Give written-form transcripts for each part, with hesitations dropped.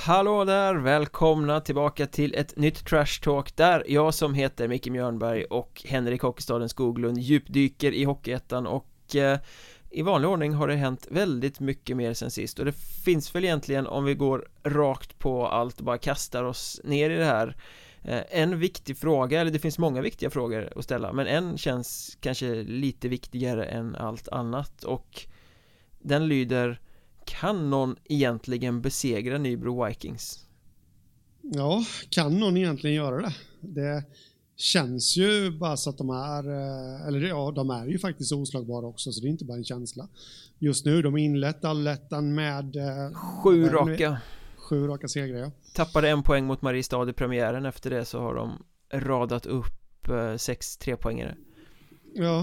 Hallå där, välkomna tillbaka till ett nytt Trash Talk där jag som heter Micke Mjörnberg och Henrik Hockeystaden Skoglund djupdyker i Hockeyettan och i vanlig ordning har det hänt väldigt mycket mer sen sist och det finns väl egentligen, om vi går rakt på allt och bara kastar oss ner i det här, en viktig fråga, eller det finns många viktiga frågor att ställa, men en känns kanske lite viktigare än allt annat och den lyder: kan någon egentligen besegra Nybro Vikings? Ja, kan någon egentligen göra det? Det känns ju bara så att de är, eller ja, de är ju faktiskt oslagbara också, så det är inte bara en känsla. Just nu, de har inlett allettan med 7 raka segrar, ja. Tappade 1 poäng mot Mariestad i premiären, efter det så har de radat upp 6 3-poängare. Ja,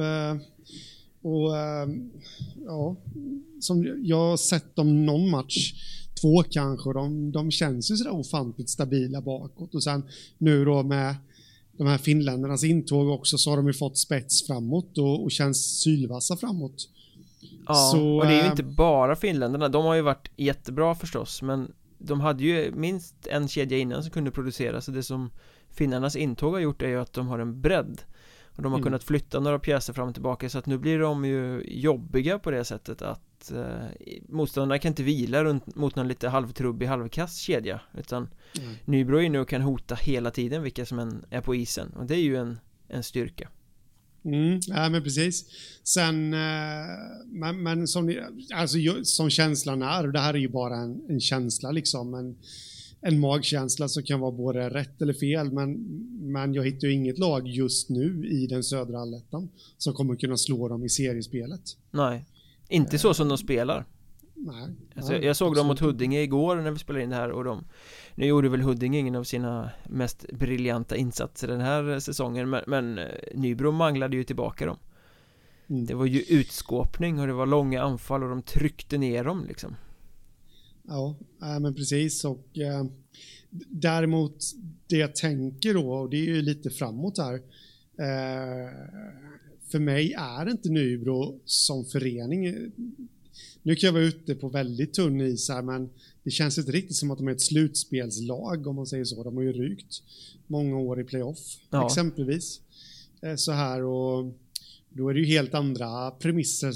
ja, som jag har sett dem någon match, 2 kanske, de känns ju sådär ofantligt stabila bakåt, och sen nu då med de här finländarnas intåg också, så har de ju fått spets framåt och känns sylvassa framåt. Ja, så, och det är ju inte bara finländarna, de har ju varit jättebra förstås, men de hade ju minst en kedja innan som kunde producera, så det som finnarnas intåg har gjort är ju att de har en bredd. Och de har kunnat flytta några pjäser fram och tillbaka, så att nu blir de ju jobbiga på det sättet att motståndarna kan inte vila mot någon lite halvtrubbig, halvkass kedja, utan Nybro är nu och kan hota hela tiden vilka som än är på isen, och det är ju en styrka. Ja, men precis. Sen men som känslan är, och det här är ju bara en känsla liksom, en magkänsla som kan vara både rätt eller fel, men jag hittar ju inget lag just nu i den södra allettan som kommer kunna slå dem i seriespelet. Nej, inte så som de spelar. Nej, alltså, jag såg dem mot Huddinge igår när vi spelade in det här, och nu gjorde väl Huddinge ingen av sina mest briljanta insatser den här säsongen, men Nybro manglade ju tillbaka dem. Det var ju utskåpning och det var långa anfall och de tryckte ner dem liksom. Ja, men precis, och däremot det jag tänker då, och det är ju lite framåt här, för mig är inte Nybro som förening, nu kan jag vara ute på väldigt tunn is här, men det känns inte riktigt som att de är ett slutspelslag, om man säger så. De har ju rykt många år i playoff, exempelvis, så här, och då är det ju helt andra premisser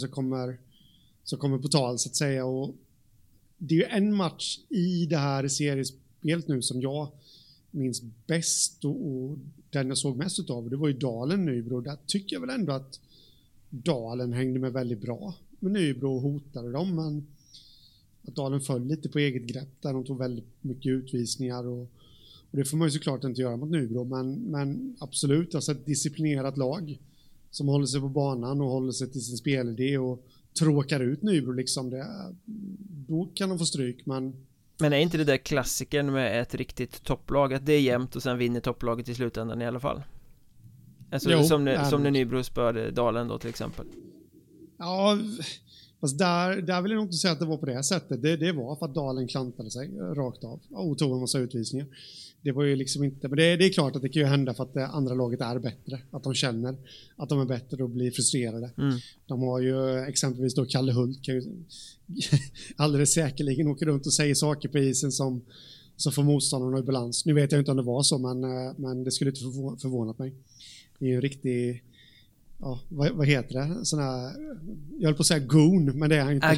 som kommer på tal, så att säga, och det är ju en match i det här seriespelet nu som jag minns bäst och den jag såg mest utav, det var ju Dalen-Nybro. Där tycker jag väl ändå att Dalen hängde med väldigt bra med Nybro och hotade dem, men att Dalen föll lite på eget grepp där de tog väldigt mycket utvisningar, och det får man ju såklart inte göra mot Nybro, men absolut, alltså ett disciplinerat lag som håller sig på banan och håller sig till sin spelidé och tråkar ut Nybro liksom, då kan de få stryk, men är inte det där klassiken med ett riktigt topplag, att det är jämnt och sen vinner topplaget i slutändan i alla fall? Alltså jo, som när Nybro spörde Dalen då till exempel. Ja, fast där vill jag nog inte säga att det var på det sättet. Det var för att Dalen klantade sig rakt av och tog en massa utvisningar. Det var ju liksom inte, men det är klart att det kan ju hända för att det andra laget är bättre, att de känner att de är bättre och blir frustrerade. De har ju exempelvis då Kalle Hult, kan ju alldeles säkerligen åka runt och säga saker på isen som får motståndarna i balans. Nu vet jag inte om det var så, men det skulle inte förvånat mig. Det är ju en riktig, ja, vad heter det? Sån här, jag höll på att säga goon, men det är inte.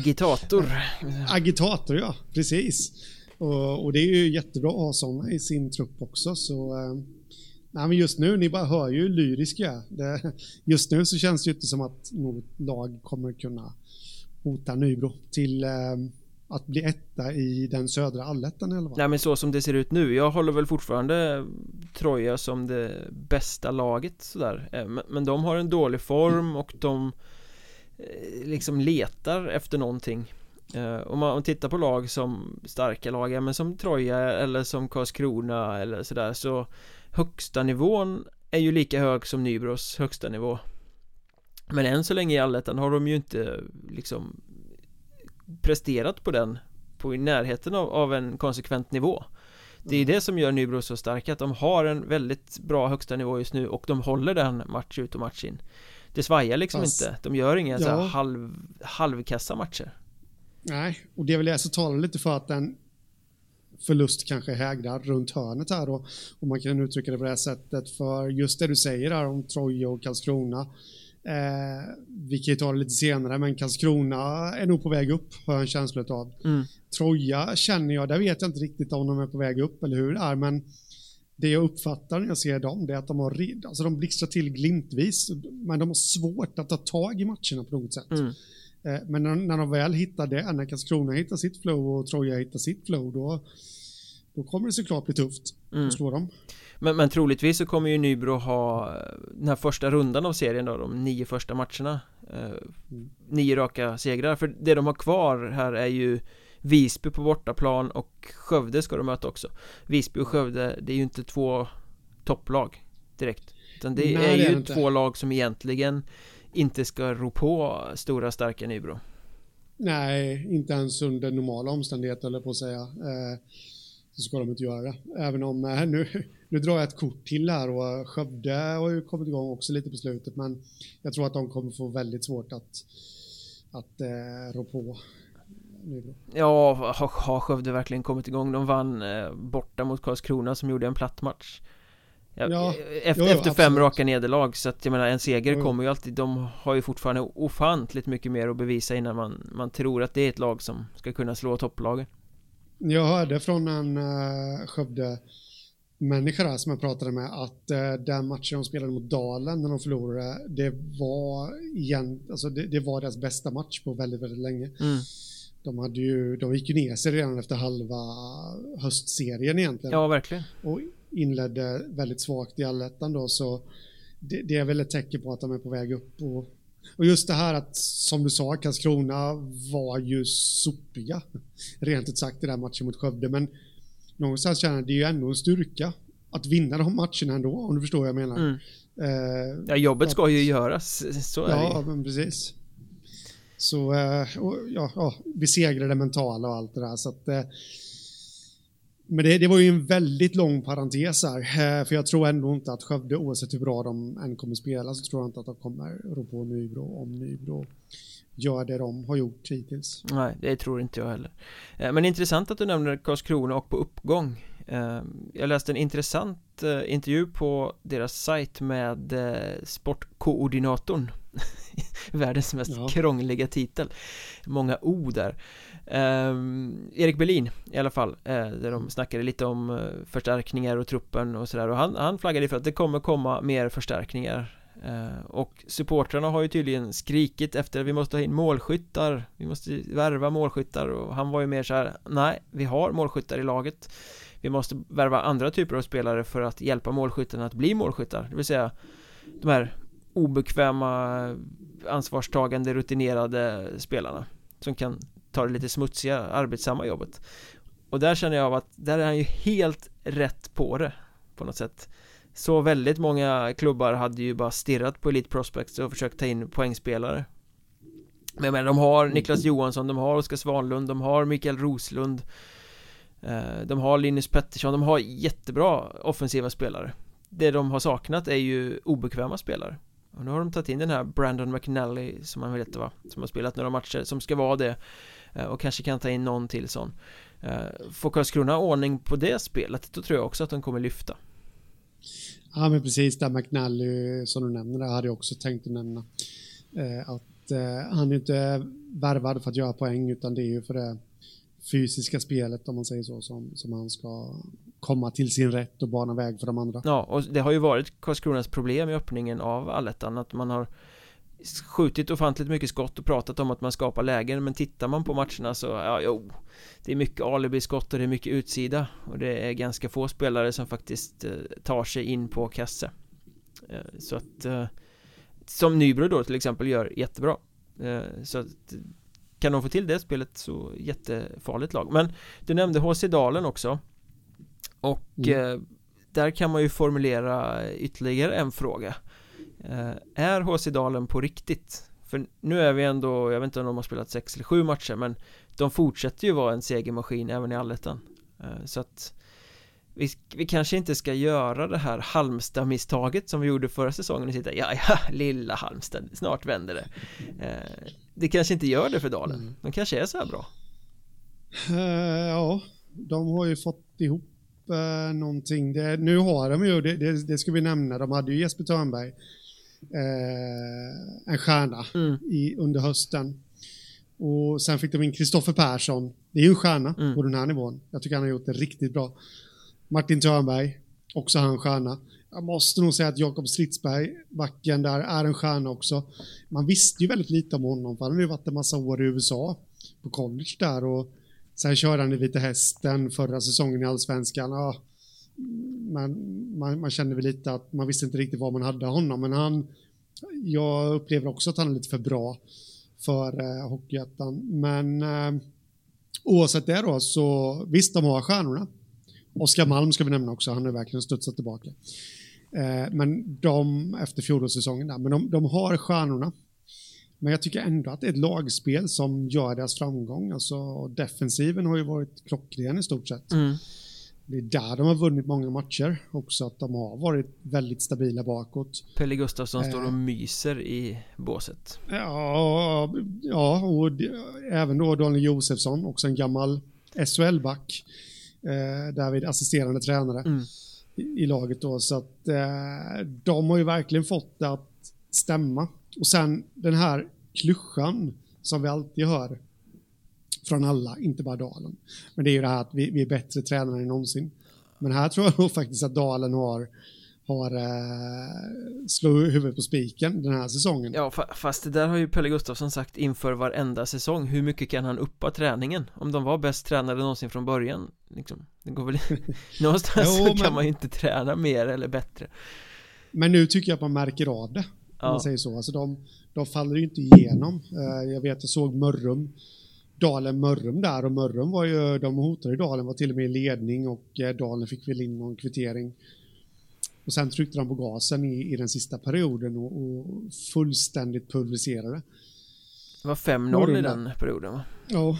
Agitator, ja, precis. Och det är ju jättebra att ha sådana i sin trupp också, så nej, men just nu, ni bara hör ju lyriska. Just nu så känns det ju inte som att något lag kommer kunna hota Nybro till att bli etta i den södra allettan eller vad? Nej, men så som det ser ut nu, jag håller väl fortfarande Troja som det bästa laget sådär, men de har en dålig form och de liksom letar efter någonting. Om man tittar på lag som starka lag, men som Troja eller som Karlskrona eller sådär, så högsta nivån är ju lika hög som Nybros högsta nivå. Men än så länge i allettan har de ju inte liksom presterat på i närheten av en konsekvent nivå. Det är det som gör Nybro så starka, att de har en väldigt bra högsta nivå just nu och de håller den match ut och match in. Det svajar liksom inte. De gör inga så halvkassa matcher. Nej, och det är väl det som talar lite för att den förlust kanske hägrar runt hörnet här då, om man kan uttrycka det på det här sättet. För just det du säger här om Troja och Karlskrona, vi kan ju ta det lite senare, men Karlskrona är nog på väg upp, har jag en känsla av. Troja känner jag, där vet jag inte riktigt om de är på väg upp eller hur det är, men det jag uppfattar när jag ser dem, det är att de blixtrar till glimtvis, men de har svårt att ta tag i matcherna på något sätt. Men när de väl hittar det, när Karlskrona hittar sitt flow och Troja hittar sitt flow, då kommer det såklart bli tufft att slå dem. Men troligtvis så kommer ju Nybro ha den här första rundan av serien då, de 9 första matcherna, 9 raka segrar. För det de har kvar här är ju Visby på bortaplan, och Skövde ska de möta också. Visby och Skövde, det är ju inte 2 topplag direkt, utan det är ju inte 2 lag som egentligen inte ska rå på stora starka Nybro. Nej, inte ens under normala omständigheter, eller på att säga. Så ska de inte göra det. Även om nu drar jag ett kort till här, och Skövde har ju kommit igång också lite på slutet, men jag tror att de kommer få väldigt svårt att rå på Nybro. Ja, har Skövde verkligen kommit igång? De vann borta mot Karlskrona som gjorde en platt match. Efter 5 raka nederlag, så att jag menar, en seger kommer ju alltid. De har ju fortfarande ofantligt mycket mer att bevisa innan man tror att det är ett lag som ska kunna slå topplagen. Jag hörde från en Skövde-människa där som jag pratade med att den matchen de spelade mot Dalen när de förlorade, det var deras bästa match på väldigt, väldigt länge. De gick ju ner sig redan efter halva höstserien egentligen. Ja, verkligen. Och inledde väldigt svagt i allettan då, så det är väl ett tecken på att de är på väg upp. Och just det här att, som du sa, Karlskrona var ju sopiga rent ut sagt i den matchen mot Skövde, men någonstans känner det ju ändå en styrka att vinna de matcherna ändå, om du förstår vad jag menar. Ja, jobbet ska ju göras, så är det. Ja, men precis. Så besegra det mentala och allt det där, så att men det var ju en väldigt lång parentes här, för jag tror ändå inte att Skövde, oavsett hur bra de än kommer spela, så tror jag inte att de kommer rå på Nybro om Nybro gör det de har gjort hittills. Nej, det tror inte jag heller. Men intressant att du nämner Karlskrona och på uppgång. Jag läste en intressant intervju på deras sajt med sportkoordinatorn. Världens mest krångliga titel. Många ord där. Erik Berlin i alla fall, där de snackade lite om förstärkningar och truppen och sådär, och han flaggade för att det kommer komma mer förstärkningar, och supportrarna har ju tydligen skrikit efter att vi måste ha in målskyttar, vi måste värva målskyttar, och han var ju mer så här: nej, vi har målskyttar i laget, vi måste värva andra typer av spelare för att hjälpa målskyttarna att bli målskyttar, det vill säga de här obekväma, ansvarstagande, rutinerade spelarna som kan ta det lite smutsiga, arbetsamma jobbet. Och där känner jag att där är han ju helt rätt på det på något sätt. Så väldigt många klubbar hade ju bara stirrat på Elite Prospects och försökt ta in poängspelare. Men de har Niklas Johansson, de har Oskar Svanlund, de har Mikael Roslund, de har Linus Pettersson, de har jättebra offensiva spelare. Det de har saknat är ju obekväma spelare. Och nu har de tagit in den här Brandon McNally, som han heter, va? Som har spelat några matcher, som ska vara det, och kanske kan ta in någon till sån. Får Karlskrona ordning på det spelet, då tror jag också att de kommer lyfta. Ja, men precis, där McNally som du nämner, det hade jag också tänkt att nämna. Att han är inte värvad för att göra poäng, utan det är ju för det fysiska spelet, om man säger så, som han ska komma till sin rätt och bana väg för de andra. Ja, och det har ju varit Karlskronas problem i öppningen av allettan, att man har skjutit ofantligt mycket skott och pratat om att man skapar lägen, men tittar man på matcherna så, det är mycket alibi-skott och det är mycket utsida, och det är ganska få spelare som faktiskt tar sig in på kasse. Så att som Nybro då till exempel gör jättebra. Så att kan de få till det spelet, så jättefarligt lag. Men du nämnde HC Dalen också. Och där kan man ju formulera ytterligare en fråga. Är HC Dalen på riktigt? För nu är vi ändå, jag vet inte om de har spelat 6 eller 7 matcher, men de fortsätter ju vara en segermaskin även i allettan. Så att vi kanske inte ska göra det här Halmstad-misstaget som vi gjorde förra säsongen och sitta, lilla Halmstad, snart vänder det. Det kanske inte gör det för Dalen. De kanske är så här bra. Ja, De har ju fått ihop någonting. Nu har de ju, det ska vi nämna, de hade ju Jesper Törnberg, en stjärna under hösten. Och sen fick de in Kristoffer Persson. Det är ju en stjärna på den här nivån. Jag tycker han har gjort det riktigt bra. Martin Törnberg, också han stjärna. Jag måste nog säga att Jakob Stridsberg, backen där, är en stjärna också. Man visste ju väldigt lite om honom, för han har ju varit en massa år i USA på college där, och sen körde han i Vita Hästen förra säsongen i Allsvenskan. Ja, man kände väl lite att man visste inte riktigt vad man hade honom, men jag upplever också att han är lite för bra för Hockeyettan. Men oavsett det då, så visst, de har stjärnorna. Oskar Malm ska vi nämna också, han har verkligen studsat tillbaka. Men efter fjolårssäsongen där, men de har stjärnorna. Men jag tycker ändå att det är ett lagspel som gör deras framgång. Alltså defensiven har ju varit klockren i stort sett. Det är där de har vunnit många matcher också, att de har varit väldigt stabila bakåt. Pelle Gustafsson står och myser i båset. Ja, och även då Daniel Josefsson, också en gammal SHL-back, David, assisterande tränare i laget då, så att de har ju verkligen fått det att stämma. Och sen den här klyschan som vi alltid hör från alla, inte bara Dalen, men det är ju det här att vi är bättre tränare än någonsin. Men här tror jag nog faktiskt att Dalen har slagit huvudet på spiken den här säsongen. Ja, fast det där har ju Pelle Gustafsson sagt inför varenda säsong. Hur mycket kan han uppa träningen? Om de var bäst tränare någonsin från början liksom. Det går väl någonstans så kan man ju inte träna mer eller bättre. Men nu tycker jag att man märker av det, om man säger så. Alltså de faller ju inte igenom. Jag vet, jag såg Dalen-Mörrum där, och Mörrum var ju, de hotade Dalen, var till och med i ledning, och Dalen fick väl in någon kvittering. Och sen tryckte de på gasen i den sista perioden och fullständigt pulveriserade. Det var 5-0 i den perioden, va? Ja.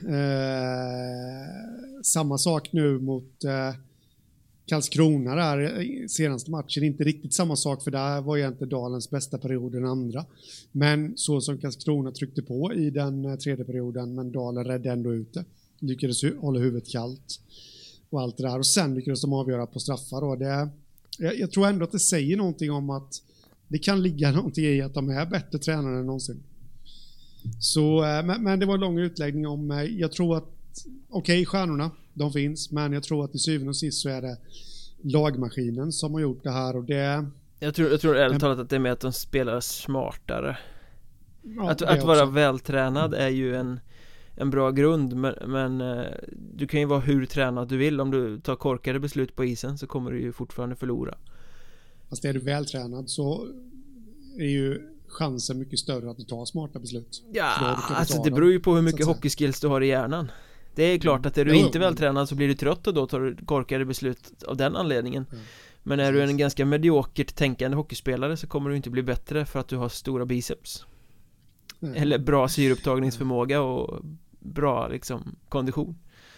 Samma sak nu mot Karlskrona där senaste matchen. Inte riktigt samma sak, för där var egentligen Dalens bästa period den andra. Men så som Karlskrona tryckte på i den tredje perioden, men Dalen räddade ändå ut det. Lyckades hålla huvudet kallt och allt det där. Och sen lyckades de avgöra på straffar. Och jag tror ändå att det säger någonting om att det kan ligga någonting i att de är bättre tränare än någonsin. Så, men det var en lång utläggning om, jag tror att stjärnorna, de finns, men jag tror att i syvende och sist så är det lagmaskinen som har gjort det här, och det... Jag tror ärligt talat att det är med att de spelar smartare. Ja, att vara vältränad är ju en bra grund, men du kan ju vara hur tränad du vill. Om du tar korkade beslut på isen så kommer du ju fortfarande förlora. Fast är du vältränad så är ju chansen mycket större att du tar smarta beslut. Ja, alltså det beror ju på hur mycket hockeyskills du har i hjärnan. Det är klart att är du inte vältränad så blir du trött, och då tar du korkade beslut av den anledningen. Men är du en ganska mediokert tänkande hockeyspelare så kommer du inte bli bättre för att du har stora biceps. Eller bra syreupptagningsförmåga och bra liksom kondition.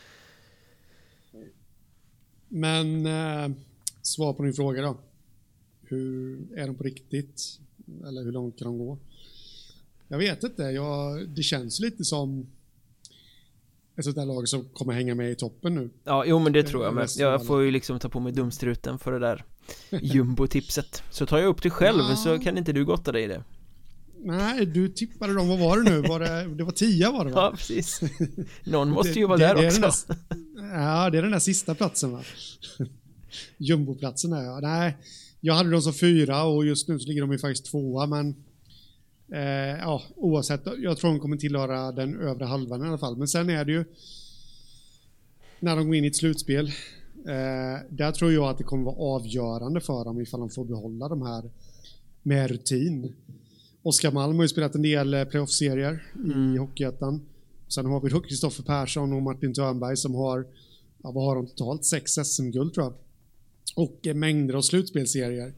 Men svar på din fråga då. Hur är de på riktigt? Eller hur långt kan de gå? Jag vet inte. Det känns lite som ett sånt där lag som kommer hänga med i toppen nu. Ja, jo, men det tror jag med. Jag får ju liksom ta på mig dumstruten för det där jumbo-tipset. Så tar jag upp det själv, så kan inte du gotta dig i det. Nej, du tippade dem. Vad var det nu? Det var 10 var det, va? Ja, precis. Någon måste ju vara där också. Ja, det är den där sista platsen, va? Jumbo-platsen där, ja. Nej, jag hade dem som 4 och just nu så ligger de ju faktiskt 2, men oavsett, jag tror de kommer tillhöra den övre halvan i alla fall. Men sen är det ju när de går in i ett slutspel, där tror jag att det kommer vara avgörande för dem ifall de får behålla de här med rutin. Oskar Malm har ju spelat en del playoff-serier i Hockeyettan. Sen har vi då Kristoffer Persson och Martin Törnberg som har, vad har de totalt? 6 SM-guld tror jag. Och mängder av slutspelserier.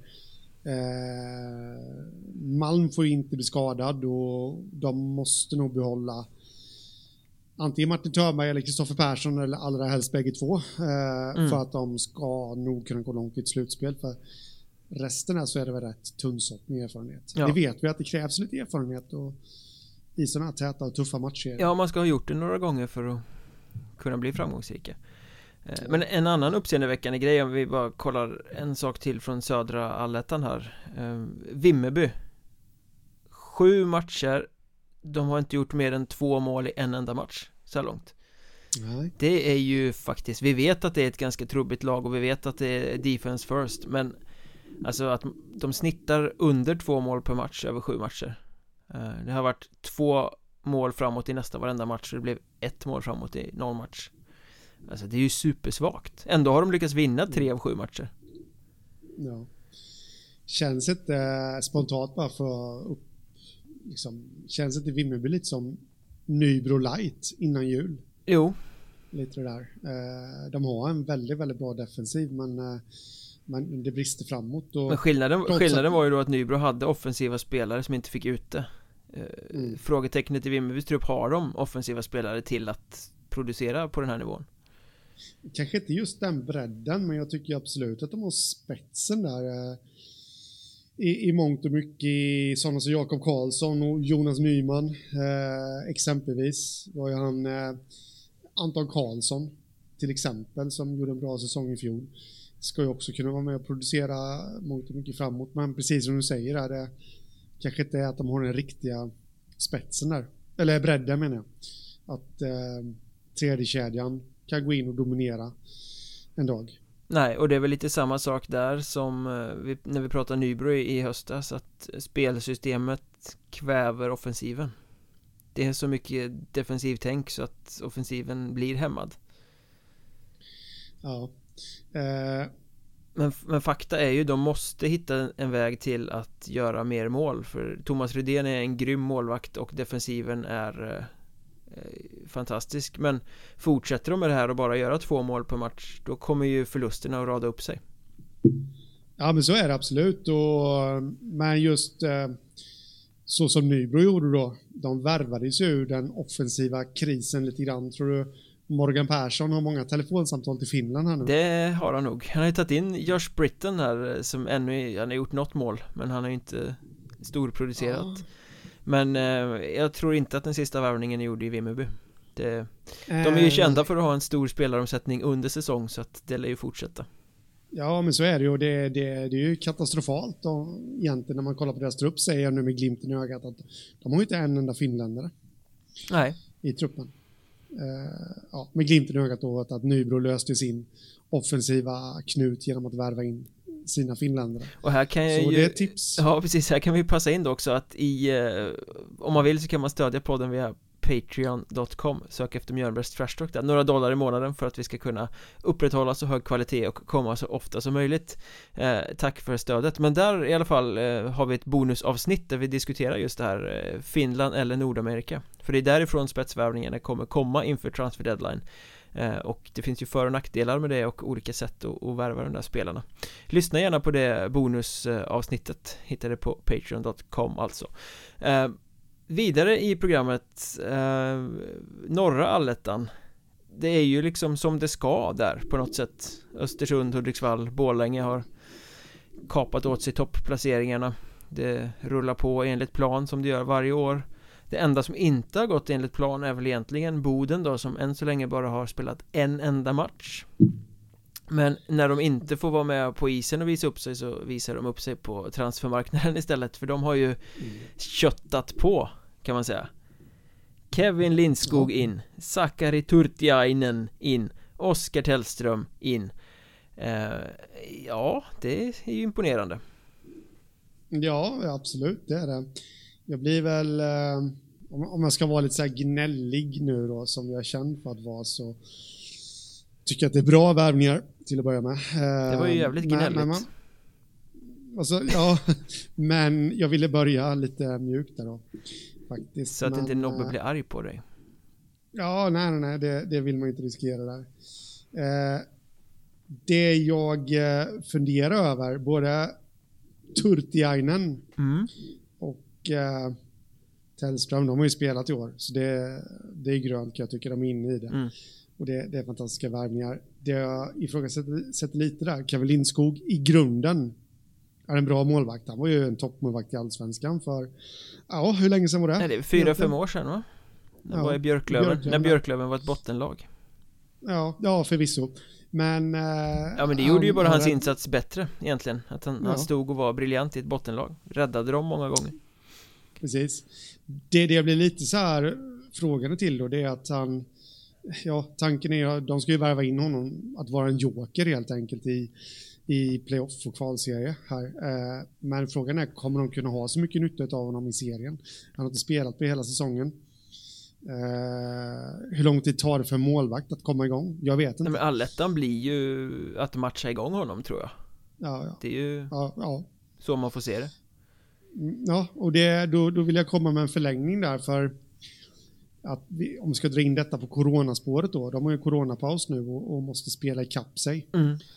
Malm får ju inte bli skadad, och de måste nog behålla antingen Martin Törnberg eller Kristoffer Persson, eller allra helst bägge två, för att de ska nog kunna gå långt i ett slutspel. För resten här så är det väl rätt tunnsått med erfarenhet. Ja. Det vet vi att det krävs lite erfarenhet och i sådana här täta och tuffa matcher. Ja, man ska ha gjort det några gånger för att kunna bli framgångsrika. Men en annan uppseendeväckande grej, om vi bara kollar en sak till från södra allettan här. Vimmerby, 7 matcher, de har inte gjort mer än 2 mål i en enda match så här långt. Nej. Det är ju faktiskt, vi vet att det är ett ganska trubbigt lag och vi vet att det är defense first, men alltså att de snittar under 2 mål per match över 7 matcher. Det har varit 2 mål framåt i nästa varenda match, så det blev 1 mål framåt i någon match. Alltså det är ju supersvagt. Ändå har de lyckats vinna 3 av 7 matcher. Ja. Känns inte spontant bara för upp, liksom, känns inte Vimmerby lite som Nybro Light innan jul? Jo. Lite det där. De har en väldigt, väldigt bra defensiv, men det brister framåt. Och men skillnaden var ju då att Nybro hade offensiva spelare som inte fick ut det. Frågetecknet i Vimmerbys trupp, har de offensiva spelare till att producera på den här nivån? Kanske inte just den bredden, men jag tycker absolut att de har spetsen där i mångt och mycket, i sådana som Jakob Karlsson och Jonas Nyman. Exempelvis var ju han Anton Karlsson till exempel, som gjorde en bra säsong i fjol. Ska ju också kunna vara med och producera mångt och mycket framåt, men precis som du säger där, det kanske inte är att de har den riktiga spetsen där, eller bredden menar jag, att tredje kedjan kan gå in och dominera en dag. Nej, och det är väl lite samma sak där som när vi pratade Nybro i höstas, att spelsystemet kväver offensiven. Det är så mycket defensivtänk så att offensiven blir hämmad. Ja. Men fakta är ju, de måste hitta en väg till att göra mer mål, för Thomas Rydén är en grym målvakt och defensiven är fantastisk, men fortsätter de med det här och bara göra 2 mål per match, då kommer ju förlusterna att rada upp sig. Ja, men så är det absolut. Men just så som Nybro gjorde då, de värvades ju ur den offensiva krisen lite grann. Tror du Morgan Persson har många telefonsamtal till Finland här nu? Det har han nog. Han har ju tagit in Josh Britton här, som ännu, han har gjort något mål, men han har ju inte storproducerat. Ja. Men jag tror inte att den sista värvningen är gjord i Vimmerby. De är ju kända för att ha en stor spelaromsättning under säsong, så att det lär ju fortsätta. Ja, men så är det ju. Det är ju katastrofalt då, egentligen, när man kollar på deras trupp, säger jag nu med glimten i ögat, att de har ju inte en enda finländare. Nej. I truppen. Ja, med glimten i ögat då, att Nybro löste sin offensiva knut genom att värva in sina finländare. Och här kan jag så ju, det är tips. Ja, precis, här kan vi passa in då också att om man vill så kan man stödja podden via patreon.com, sök efter Mjölnbergs Trash Talk där, några dollar i månaden för att vi ska kunna upprätthålla så hög kvalitet och komma så ofta som möjligt. Tack för stödet. Men där i alla fall har vi ett bonusavsnitt där vi diskuterar just det här, Finland eller Nordamerika, för det är därifrån spetsvärvningarna kommer komma inför transfer deadline. Och det finns ju för- och nackdelar med det och olika sätt att värva de där spelarna. Lyssna gärna på det bonusavsnittet, hittar det på patreon.com alltså. Vidare i programmet, norra allettan, det är ju liksom som det ska där på något sätt. Östersund, Hudiksvall, Borlänge har kapat åt sig toppplaceringarna. Det rullar på enligt plan som det gör varje år. Det enda som inte har gått enligt plan är väl egentligen Boden då, som än så länge bara har spelat en enda match. Men när de inte får vara med på isen och visa upp sig, så visar de upp sig på transfermarknaden istället, för de har ju köttat på, kan man säga. Kevin Lindskog in, Sakari Turtiainen in, Oskar Tellström in. Ja, det är ju imponerande. Ja, absolut, det är det. Jag blir väl, om jag ska vara lite så här gnällig nu då, som jag känner för att vara, så tycker jag att det är bra värvningar till att börja med. Det var ju jävligt gnälligt. Alltså, ja, men jag ville börja lite mjukt där då, faktiskt. Så att inte Nobbe blir arg på dig. Ja, nej, det vill man inte riskera där. Det jag funderar över, både Turtiainen och Tellström, de har ju spelat i år, så det är grönt, jag tycker de är inne i det. Och det är fantastiska värvningar. Det jag ifrågasätter lite där, Kevin Lindskog i grunden är en bra målvakt. Han var ju en toppmålvakt i Allsvenskan för, ja, hur länge sedan var det? Nej, det är 4-5 år sedan, va? Det var i Björklöven, när Björklöven var ett bottenlag. Ja, förvisso. Men... ja, men det gjorde ju bara hans insats bättre egentligen. Att han stod och var briljant i ett bottenlag. Räddade dem många gånger. Precis. Det blir lite så här frågan till då, det är att han... Ja, tanken är att de ska ju värva in honom att vara en joker helt enkelt i playoff och kvalserie här. Men frågan är, kommer de kunna ha så mycket nytta av honom i serien? Han har inte spelat på hela säsongen. Hur lång tid tar det för en målvakt att komma igång? Jag vet inte. Nej, men allettan blir ju att matcha igång honom, tror jag. Ja. Det är ju så man får se det. Ja, och då vill jag komma med en förlängning där, för att om vi ska dra in detta på coronaspåret då, de har ju coronapaus nu och måste spela i kapp sig.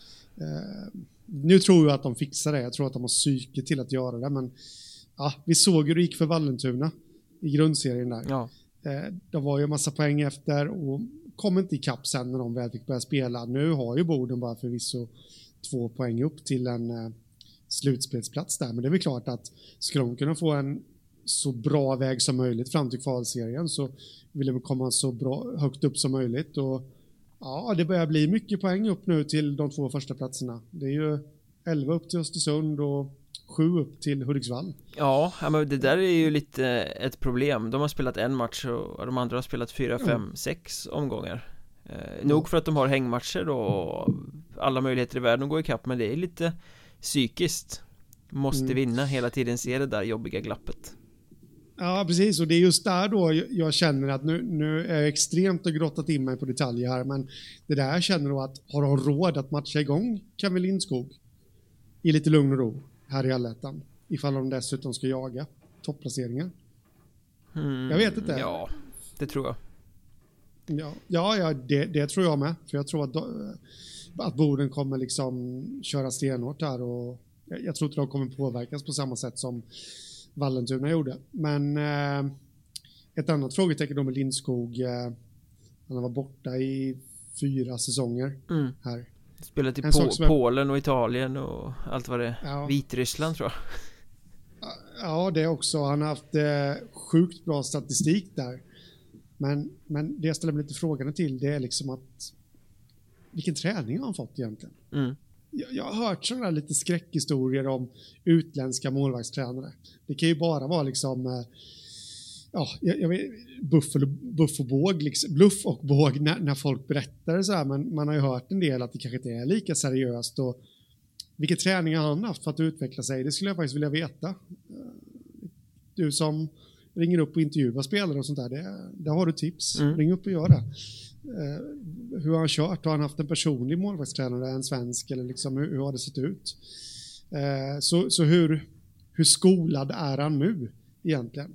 Nu tror jag att de fixar det, jag tror att de har psyke till att göra det, men vi såg hur det gick för Vallentuna i grundserien där. Ja. Det var ju en massa poäng efter och kom inte i kapp sen när de väl fick börja spela. Nu har ju Boden bara förvisso 2 poäng upp till en slutspelsplats där, men det är väl klart att ska de kunna få en så bra väg som möjligt fram till kvalserien så vill de komma så bra högt upp som möjligt, och det börjar bli mycket poäng upp nu till de 2 första platserna. Det är ju 11 upp till Östersund och 7 upp till Hudiksvall. Ja, men det där är ju lite ett problem. De har spelat en match och de andra har spelat 4, 5, 6 omgångar. Nog för att de har hängmatcher då och alla möjligheter i världen att gå i kapp, men det är lite psykiskt. Måste vinna hela tiden, se det där jobbiga glappet. Ja, precis, och det är just där då jag känner att nu är jag extremt och grottat in mig på detaljer här, men det där jag känner då att har de råd att matcha igång Kevin Lindskog i lite lugn och ro här i allettan, ifall de dessutom ska jaga topplaceringar. Jag vet inte. Ja, det tror jag. Ja, det tror jag med, för jag tror att Boden kommer liksom köra stenhårt där, och jag tror inte de kommer påverkas på samma sätt som Vallentuna gjorde. Men ett annat frågetecken då med Lindskog, han var borta i 4 säsonger här. Spelat i Polen och Italien och allt vad det är. Vitryssland tror jag. Ja, det också. Han har haft sjukt bra statistik där. Men det jag ställer mig lite frågan till, det är liksom att vilken träning har han fått egentligen? Jag har hört sådana där lite skräckhistorier om utländska målvaktstränare. Det kan ju bara vara liksom jag vet, bluff och båg när folk berättar så här, men man har ju hört en del att det kanske inte är lika seriöst, och vilken träning har han haft för att utveckla sig? Det skulle jag faktiskt vilja veta. Du som ringer upp och intervjuar spelare och sånt där har du tips. Ring upp och gör det. Hur har han kört? Har han haft en personlig målvaktstränare, en svensk, eller liksom hur har det sett ut? Så hur skolad är han nu egentligen?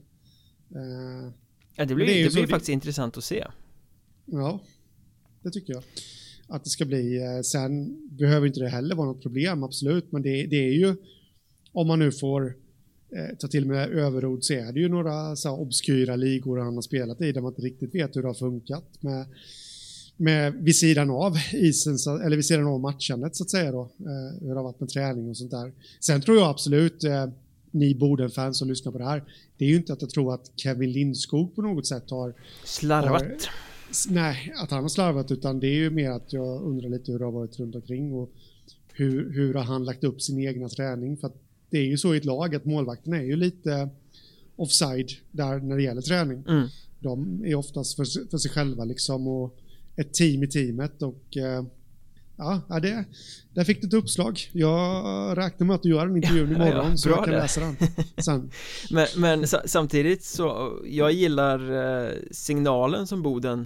Det blir faktiskt intressant att se. Ja, det tycker jag att det ska bli. Sen behöver inte det heller vara något problem, absolut, men det är ju, om man nu får ta till med överord, så är det ju några så här obskyra ligor han har spelat i där man inte riktigt vet hur det har funkat med vid sidan av isen, eller vid sidan av matchandet så att säga då, hur det har varit med träning och sånt där. Sen tror jag absolut, ni Boden-fans som lyssnar på det här, det är ju inte att jag tror att Kevin Lindskog på något sätt har slarvat. Nej, att han har slarvat, utan det är ju mer att jag undrar lite hur det har varit runt omkring och hur har han lagt upp sin egna träning, för att det är ju så i ett lag att målvakten är ju lite offside där när det gäller träning. De är oftast för sig själva liksom, och ett team i teamet, och där fick du ett uppslag. Jag räknar med att du gör en intervju imorgon så jag kan läsa den sen. men samtidigt så jag gillar signalen som Boden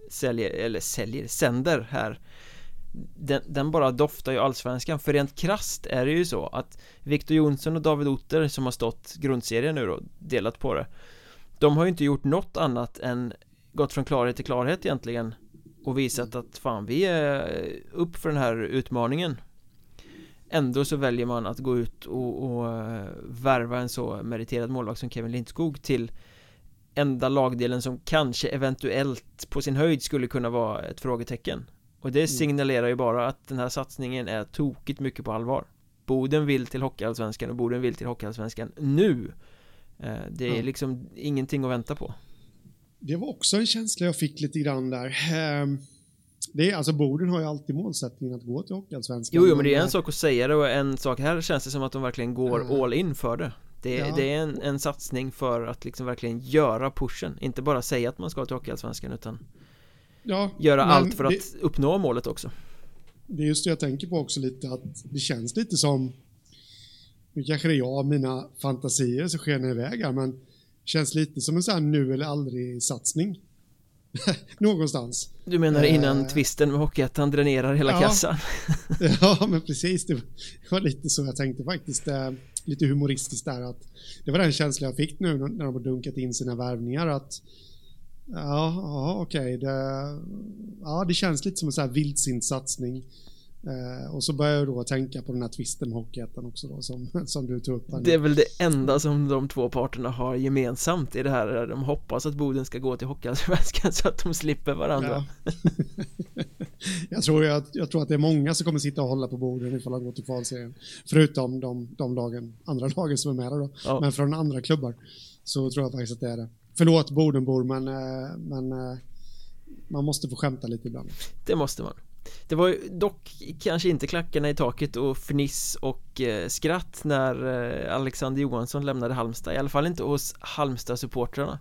sänder här. Den bara doftar ju allsvenskan, för rent krasst är det ju så att Victor Jonsson och David Otter, som har stått grundserien nu då, delat på det, de har ju inte gjort något annat än gått från klarhet till klarhet egentligen och visat att fan, vi är upp för den här utmaningen. Ändå så väljer man att gå ut och värva en så meriterad målvakt som Kevin Lindskog till enda lagdelen som kanske eventuellt på sin höjd skulle kunna vara ett frågetecken. Och det signalerar ju bara att den här satsningen är tokigt mycket på allvar. Boden vill till Hockeyallsvenskan och Boden vill till Hockeyallsvenskan nu. Det är liksom ingenting att vänta på. Det var också en känsla jag fick lite grann där. det är, alltså Boden har ju alltid målsättningen att gå till Hockeyallsvenskan. Jo, men det är en sak att säga det, och en sak här känns det som att de verkligen går all in för det. Det är en satsning för att liksom verkligen göra pushen. Inte bara säga att man ska till Hockeyallsvenskan, utan göra allt för att uppnå målet också. Det är just det jag tänker på också lite, att det känns lite som, nu kanske det är jag och mina fantasier så skenar iväg här, men känns lite som en sån här nu eller aldrig satsning. Någonstans. Du menar innan twisten med Hockeyettan dränerar hela kassan? Ja, men precis. Det var lite så jag tänkte faktiskt. Lite humoristiskt där. Att det var den känslan jag fick nu när de har dunkat in sina värvningar. Att okej. Det känns lite som en sån här vildsint satsning. Och så börjar jag då tänka på den här twisten med Hockeyettan också då, som du tog upp. Det är väl det enda som de två parterna har gemensamt i det här, där de hoppas att Boden ska gå till Hockeyallsvenskan så att de slipper varandra. Ja. jag tror att det är många som kommer sitta och hålla på Boden ifall de går till kvalserien, förutom de andra lagen som är med då. Ja. Men från andra klubbar så tror jag faktiskt att det är det. Förlåt Bodenbor, men man måste få skämta lite ibland. Det måste man. Det var ju dock kanske inte klackarna i taket och fniss och skratt när Alexander Johansson lämnade Halmstad. I alla fall inte hos Halmstad-supportrarna.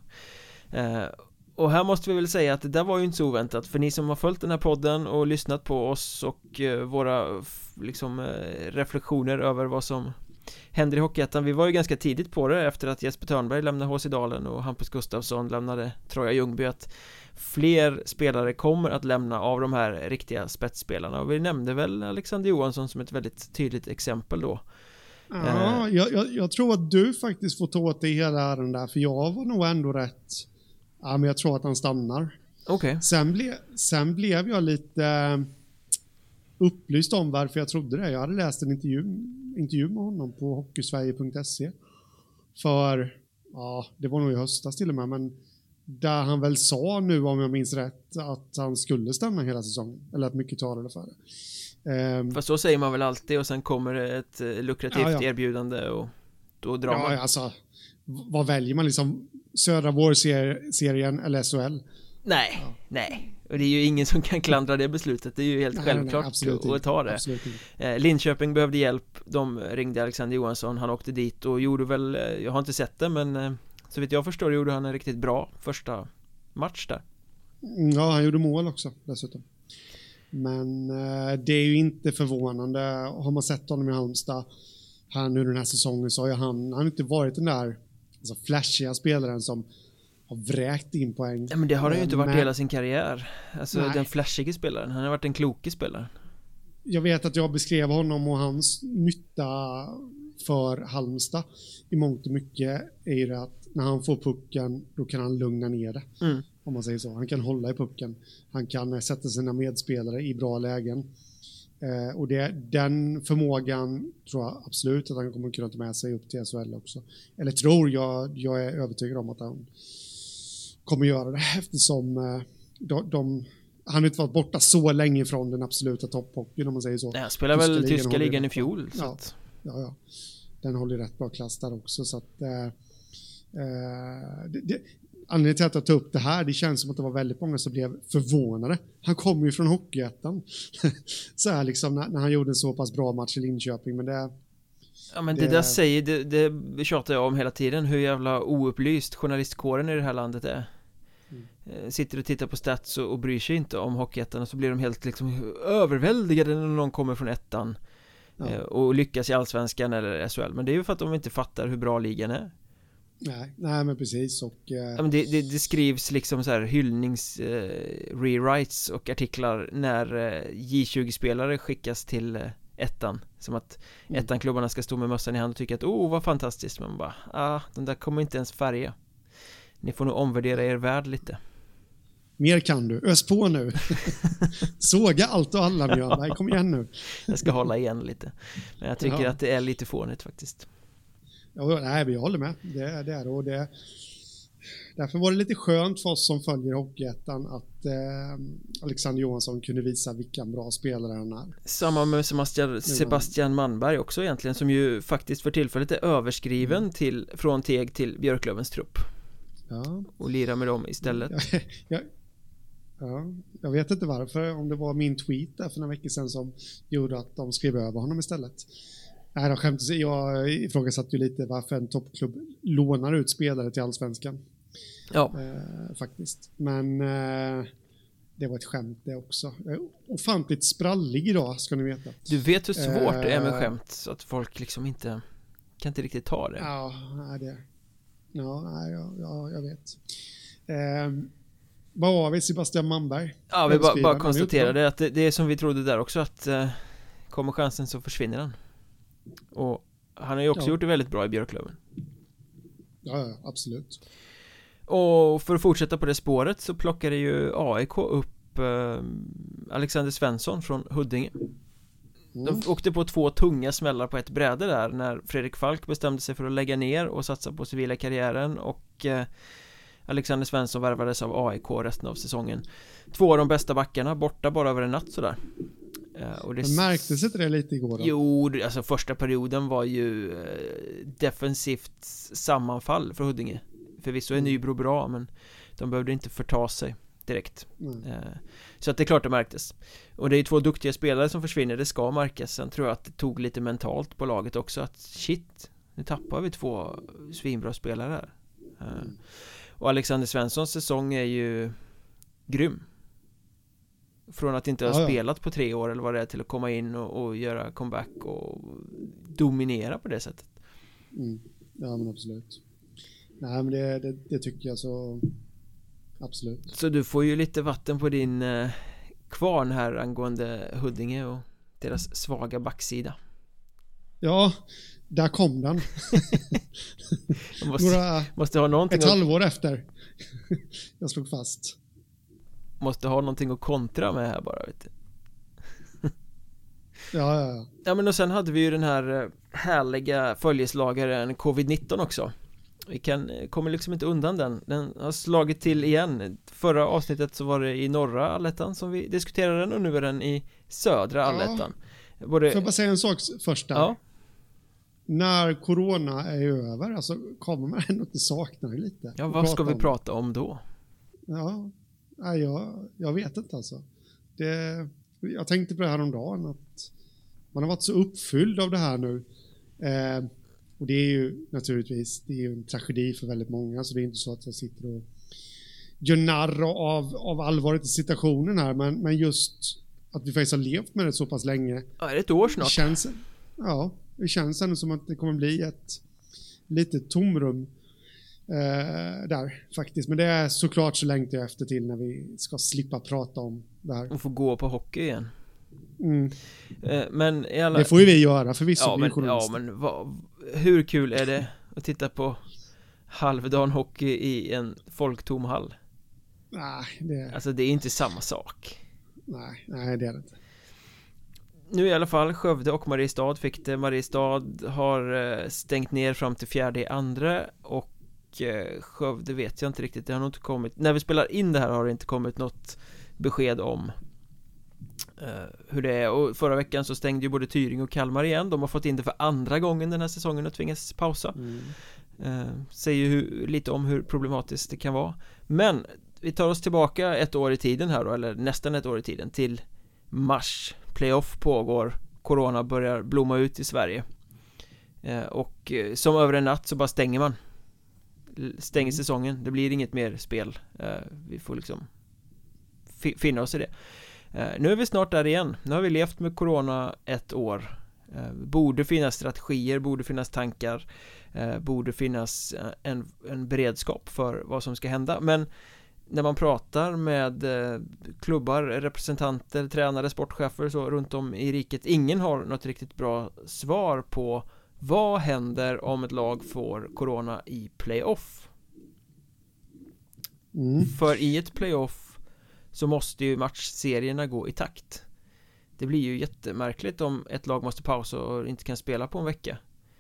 Och här måste vi väl säga att det där var ju inte så oväntat. För ni som har följt den här podden och lyssnat på oss och våra reflektioner över vad som händer i Hockeyettan. Vi var ju ganska tidigt på det efter att Jesper Törnberg lämnade HC Dalen och Hampus Gustafsson lämnade Troja Ljungby, att fler spelare kommer att lämna av de här riktiga spetsspelarna. Och vi nämnde väl Alexander Johansson som ett väldigt tydligt exempel då. Ja, jag tror att du faktiskt får ta åt dig hela den där, för jag var nog ändå rätt. Ja, men jag tror att han stannar. Okej. Sen blev jag lite upplyst om varför jag trodde det. Jag hade läst en intervju med honom på hockeysverige.se. För, det var nog i höstas till och med, men där han väl sa nu, om jag minns rätt, att han skulle stanna hela säsongen. Eller att mycket talade för det. Fast så säger man väl alltid, och sen kommer det ett lukrativt erbjudande och då drar man. Ja, alltså, vad väljer man liksom? Södra vårserien eller SHL? Nej. Och det är ju ingen som kan klandra det beslutet. Det är ju helt självklart att ta det. Linköping behövde hjälp. De ringde Alexander Johansson. Han åkte dit och gjorde väl, jag har inte sett det, men så vitt jag förstår gjorde han en riktigt bra första match där. Ja, han gjorde mål också dessutom. Men det är ju inte förvånande. Har man sett honom i Halmstad här nu den här säsongen, så har han inte varit den där flashiga spelaren som har vräkt in poäng. Ja, men det har han ju inte varit hela sin karriär. Alltså den flashiga spelaren. Han har varit en klokig spelare. Jag vet att jag beskrev honom och hans nytta för Halmstad i mångt och mycket är det att när han får pucken, då kan han lugna ner det. Om man säger så. Han kan hålla i pucken. Han kan sätta sina medspelare i bra lägen. Och den förmågan tror jag absolut att han kommer kunna ta med sig upp till SHL också. Eller tror jag är övertygad om att han kommer göra det, eftersom han har inte varit borta så länge från den absoluta topphockeyn, om man säger så. Han spelar väl tyska ligan i fjol. Så ja. Den håller rätt bra klass där också. Så att, anledningen till att jag tar upp det här, det känns som att det var väldigt många som blev förvånade. Han kommer ju från Hockeyettan. Så här liksom, när han gjorde en så pass bra match i Linköping. Men det där säger, det tjatar jag om hela tiden, hur jävla oupplyst journalistkåren i det här landet är. Sitter och tittar på stats och bryr sig inte om Hockeyettan, och så blir de helt liksom överväldigade när någon kommer från ettan och lyckas i Allsvenskan eller SHL. Men det är ju för att de inte fattar hur bra ligan är. Nej, men precis. Och men det skrivs liksom så här hyllnings rewrites och artiklar när J20-spelare skickas till ettan, som att ettan-klubbarna ska stå med mössan i hand och tycka att vad fantastiskt, men bara den där kommer inte ens färga. Ni får nog omvärdera er värld lite. Mer kan du, ös på nu. Såga allt och alla, Björn. Kom igen nu. Jag ska hålla igen lite. Men jag tycker att det är lite fånigt faktiskt. Nej, jag håller med. Det är och det. Därför var det lite skönt för oss som följer Hockeyettan att Alexander Johansson kunde visa vilken bra spelare han är. Samma med Sebastian Manberg också egentligen, som ju faktiskt för tillfället är överskriven från Teg till Björklövens trupp. Ja. Och lira med dem istället. Ja, jag vet inte varför, om det var min tweet där för några veckor sedan som gjorde att de skrev över honom istället. Nej, jag ifrågasatte ju lite varför en toppklubb lånar ut spelare till Allsvenskan. Ja. Faktiskt. Men det var ett skämt det också. Jag är ofantligt sprallig idag, ska ni veta. Du vet hur svårt det är med skämt, så att folk liksom inte kan inte riktigt ta det. Ja, jag vet. Vad var vi, Sebastian Manberg? Ja, vi bara konstaterade att det är som vi trodde där också, att kommer chansen så försvinner den. Och han har ju också gjort det väldigt bra i Björklöven. Ja, absolut. Och för att fortsätta på det spåret så plockade ju AIK upp Alexander Svensson från Huddinge. De åkte på 2 tunga smällar på ett bräde där när Fredrik Falk bestämde sig för att lägga ner och satsa på civila karriären, och Alexander Svensson värvades av AIK resten av säsongen. 2 av de bästa backarna borta bara över en natt sådär. Och det märktes inte det lite igår då? Jo, alltså första perioden var ju defensivt sammanfall för Huddinge. Förvisso är Nybro bra, men de behövde inte förta sig direkt. Så att det är klart det märktes. Och det är 2 duktiga spelare som försvinner, det ska märkas. Sen tror jag att det tog lite mentalt på laget också, att shit, nu tappar vi 2 svinbra spelare här. Och Alexander Svenssons säsong är ju grym. Från att inte ha spelat på 3 år eller vad det är, till att komma in och göra comeback och dominera på det sättet. Ja, men absolut. Nej, men det tycker jag så. Absolut. Så du får ju lite vatten på din kvarn här angående Huddinge och deras svaga backsida. Ja, där kom den. måste ha någonting ett halvår efter jag slog fast. Måste ha någonting att kontra med här bara, vet du. Ja. Ja, men och sen hade vi ju den här härliga följeslagaren covid-19 också. Vi kommer liksom inte undan den. Den har slagit till igen. Förra avsnittet så var det i norra Allettan som vi diskuterade den, och nu är den i södra Allettan. Får jag bara säga en sak först där? Ja. När corona är över, alltså kommer man ändå inte sakna det lite. Ja, vad ska vi prata om då? Ja, jag vet inte alltså. Jag tänkte på det här om dagen, att man har varit så uppfylld av det här nu. Och det är ju naturligtvis, det är ju en tragedi för väldigt många, så det är inte så att jag sitter och gör narr av allvaret i situationen här, men just att vi faktiskt har levt med det så pass länge. Ja, är det ett år snart? Det känns ändå som att det kommer bli ett litet tomrum där faktiskt. Men det är såklart, så längtar jag efter till när vi ska slippa prata om det här. Och få gå på hockey igen. Men det får ju vi göra förvisso. Hur kul är det att titta på halvdan hockey i en folktom hall? Nej, alltså det är inte samma sak. Nej, det är det inte. Nu i alla fall, Skövde och Mariestad fick det. Mariestad har stängt ner fram till 4/2, och Skövde vet jag inte riktigt. Det har nog inte kommit, när vi spelar in det här har det inte kommit något besked om hur det är. Och förra veckan så stängde ju både Tyring och Kalmar igen. De har fått in det för andra gången den här säsongen och tvingas pausa. Säger ju lite om hur problematiskt det kan vara. Men vi tar oss tillbaka ett år i tiden här då, eller nästan ett år i tiden, till mars. Playoff pågår, corona börjar blomma ut i Sverige, och som över en natt så bara stänger säsongen. Det blir inget mer spel. Vi får liksom finna oss i det. Nu är vi snart där igen. Nu har vi levt med corona ett år. Borde finnas strategier, borde finnas tankar, borde finnas en beredskap för vad som ska hända. Men när man pratar med klubbar, representanter, tränare, sportchefer så runt om i riket, ingen har något riktigt bra svar på vad händer om ett lag får corona i playoff. För i ett playoff så måste ju matchserierna gå i takt. Det blir ju jättemärkligt om ett lag måste pausa och inte kan spela på en vecka.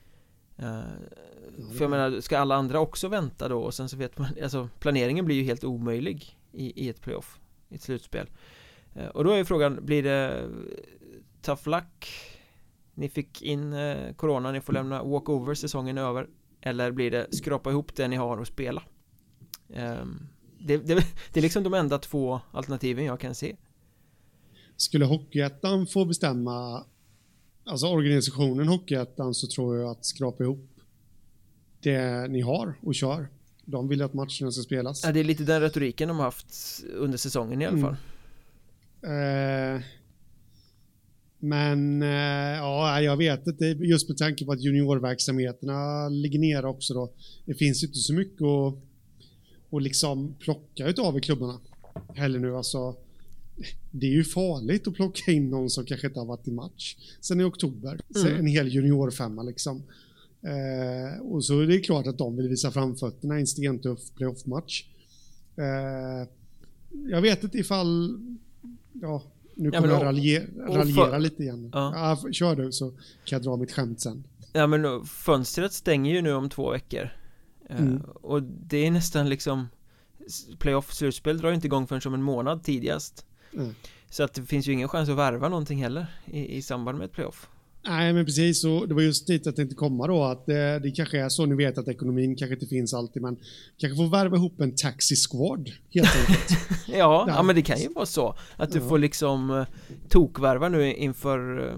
För jag menar, ska alla andra också vänta då? Och sen så vet man, alltså planeringen blir ju helt omöjlig i ett playoff, i ett slutspel. Och då är frågan, blir det tough luck? Ni fick in corona, ni får lämna walkover, säsongen är över. Eller blir det skrapa ihop det ni har att spela? det är liksom de enda 2 alternativen jag kan se. Skulle Hockeyettan få bestämma, alltså organisationen Hockeyettan, så tror jag att skrapa ihop det ni har och kör. De vill att matcherna ska spelas. Ja, det är lite den retoriken de har haft under säsongen i alla fall. Men ja, jag vet inte, just med tanke på att juniorverksamheterna ligger nere också då. Det finns ju inte så mycket att liksom plocka utav i klubbarna heller nu. Alltså, det är ju farligt att plocka in någon som kanske inte har varit i match sen i oktober. En hel juniorfemma liksom. Och så är det klart att de vill visa framfötterna i en stentuff playoff-match. Jag vet inte ifall... Ja, nu kommer jag raljera lite igen. Ja. Kör du så kan jag dra mitt skämt sen. Ja, men fönstret stänger ju nu om 2 veckor. Och det är nästan liksom... Playoff-slutspel drar ju inte igång förrän som en månad tidigast. Så att det finns ju ingen chans att värva någonting heller i samband med ett playoff. Nej, men precis, och det var just dit jag tänkte komma då, att det kanske är så, ni vet att ekonomin kanske inte finns alltid, men kanske får värva ihop en taxi squad helt enkelt. ja, men det kan ju vara så att du får liksom tokvärva nu inför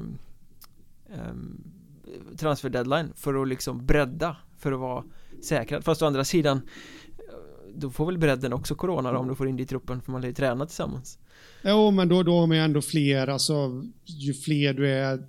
transfer deadline för att liksom bredda, för att vara säkrad. Fast å andra sidan, då får väl bredden också corona om du får in det i truppen, för man lär ju träna tillsammans. Jo, men då har man ju ändå fler, alltså ju fler du är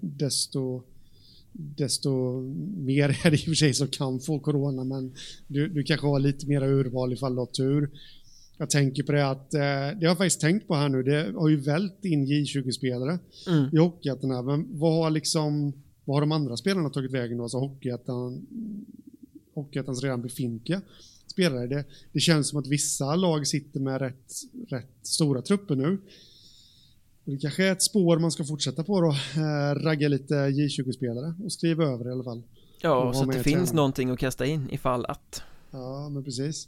desto mer är det i och för sig som kan få corona, men du kanske har lite mera urval ifall du har tur. Jag tänker på det att det har jag faktiskt tänkt på här nu, det har ju vält in J20-spelare i Hockeyettan, men vad har de andra spelarna tagit vägen då, alltså Hockeyettans redan befintliga spelare? Det känns som att vissa lag sitter med rätt stora trupper nu. Det kanske är ett spår man ska fortsätta på då. Ragga lite J20-spelare och skriva över i alla fall. Ja, så att det finns någonting att kasta in ifall att. Ja, men precis.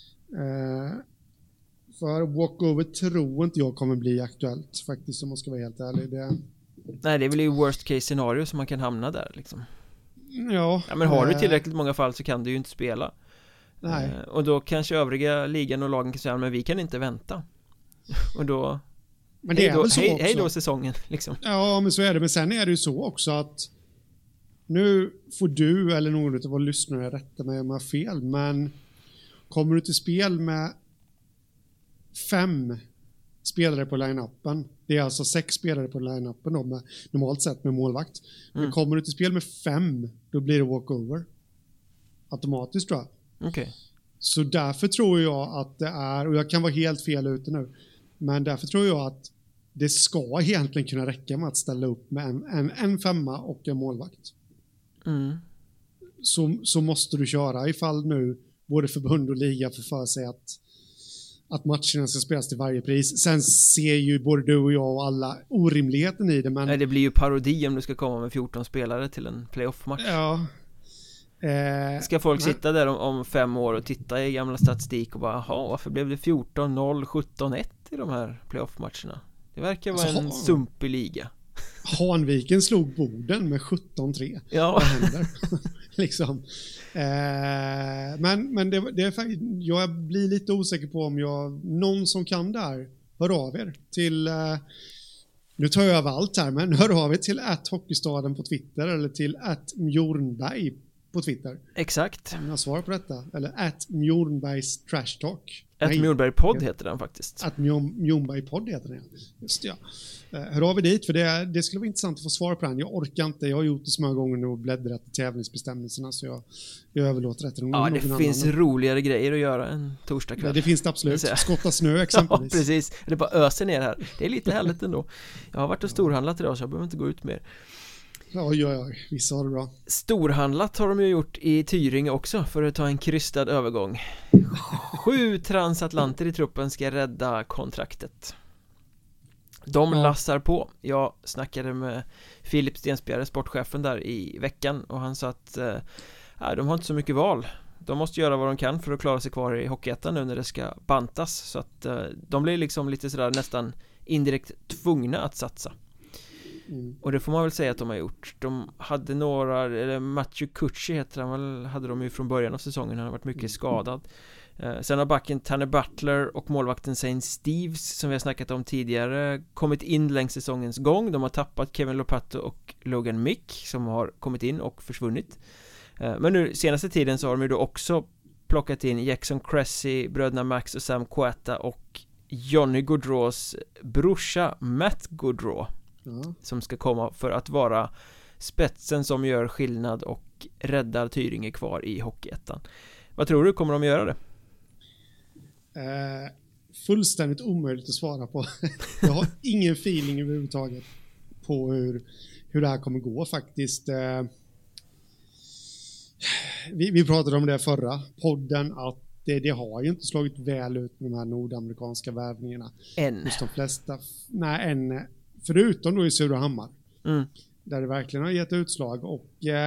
För walkover tror inte jag kommer bli aktuellt faktiskt, om man ska vara helt ärlig. Nej, det är väl ju worst case scenario som man kan hamna där liksom. Ja, men har du tillräckligt många fall så kan du ju inte spela. Nej. Och då kanske övriga ligan och lagen kan säga, men vi kan inte vänta. Och då, men det är väl så också. Hej då säsongen liksom. Ja, men så är det. Men sen är det ju så också att nu får du eller någon av våra lyssnare rätta mig om jag har fel, men kommer du till spel med 5 spelare på line-upen, det är alltså 6 spelare på line-upen då, normalt sett med målvakt, men kommer du till spel med 5, då blir det walkover automatiskt, tror jag. Okay. Så därför tror jag att det är, och jag kan vara helt fel ute nu, men därför tror jag att det ska egentligen kunna räcka med att ställa upp med en 5 och en målvakt. Så måste du köra ifall nu både förbund och liga får för sig att matcherna ska spelas till varje pris. Sen ser ju både du och jag och alla orimligheten i det, men... Nej, det blir ju parodi om du ska komma med 14 spelare till en playoff-match. Ja. Ska folk sitta där om 5 år och titta i gamla statistik och bara, jaha, varför blev det 14-0, 17-1 i de här playoff-matcherna? Det verkar vara en sumpig liga. Hanviken slog Boden med 17-3. Ja. Vad händer? Liksom. Men det är faktiskt, jag blir lite osäker på om någon som kan där, hör av er till, nu tar jag över allt här, men hör av er till @hockeystaden på Twitter eller till @mjornberg på Twitter. Exakt. Jag svarar på detta. Eller @mjornbergs trash talk. @mjornbergpodd heter den faktiskt. @mjornbergpodd heter den. Just ja. Hör av er dit, för det skulle vara intressant att få svar på den. Jag orkar inte, jag har gjort det så många gånger nu och bläddrat i tävlingsbestämmelserna, så jag överlåter det till någon annan. Ja, det finns roligare grejer att göra en torsdagkväll. Ja, det finns det absolut. Skotta snö exempelvis. Ja, precis. Det bara öser ner här. Det är lite härligt ändå. Jag har varit och storhandlat idag, så jag behöver inte gå ut mer. Ja, vissa har det bra. Storhandlat har de ju gjort i Tyringe också, för att ta en krystad övergång. 7 transatlanter i truppen ska rädda kontraktet. De lassar på. Jag snackade med Filip Stensbjerre, sportchefen där i veckan, och han sa att de har inte så mycket val. De måste göra vad de kan för att klara sig kvar i Hockeyettan nu när det ska bantas. Så att de blir liksom lite sådär nästan indirekt tvungna att satsa. Och det får man väl säga att de har gjort. De hade några, eller Matthew Kutchi heter han väl, hade de ju från början av säsongen. Han har varit mycket skadad. Sen har backen Tanner Butler och målvakten Saint Steves, som vi har snackat om tidigare, kommit in längs säsongens gång. De har tappat Kevin Lopato och Logan Mick, som har kommit in och försvunnit. Men nu senaste tiden så har de ju då också plockat in Jackson Cressy, bröderna Max och Sam Quetta och Johnny Gaudreaus brorsa Matt Gaudreau, som ska komma för att vara spetsen som gör skillnad och räddar Tyringe kvar i Hockeyettan. Vad tror du, kommer de göra det? Fullständigt omöjligt att svara på. Jag har ingen feeling överhuvudtaget på hur det här kommer gå faktiskt. Vi pratade om det förra podden, att det har ju inte slagit väl ut med de här nordamerikanska värvningarna. Hos de flesta. Nej, förutom då i Surahammar. Där det verkligen har gett utslag. Och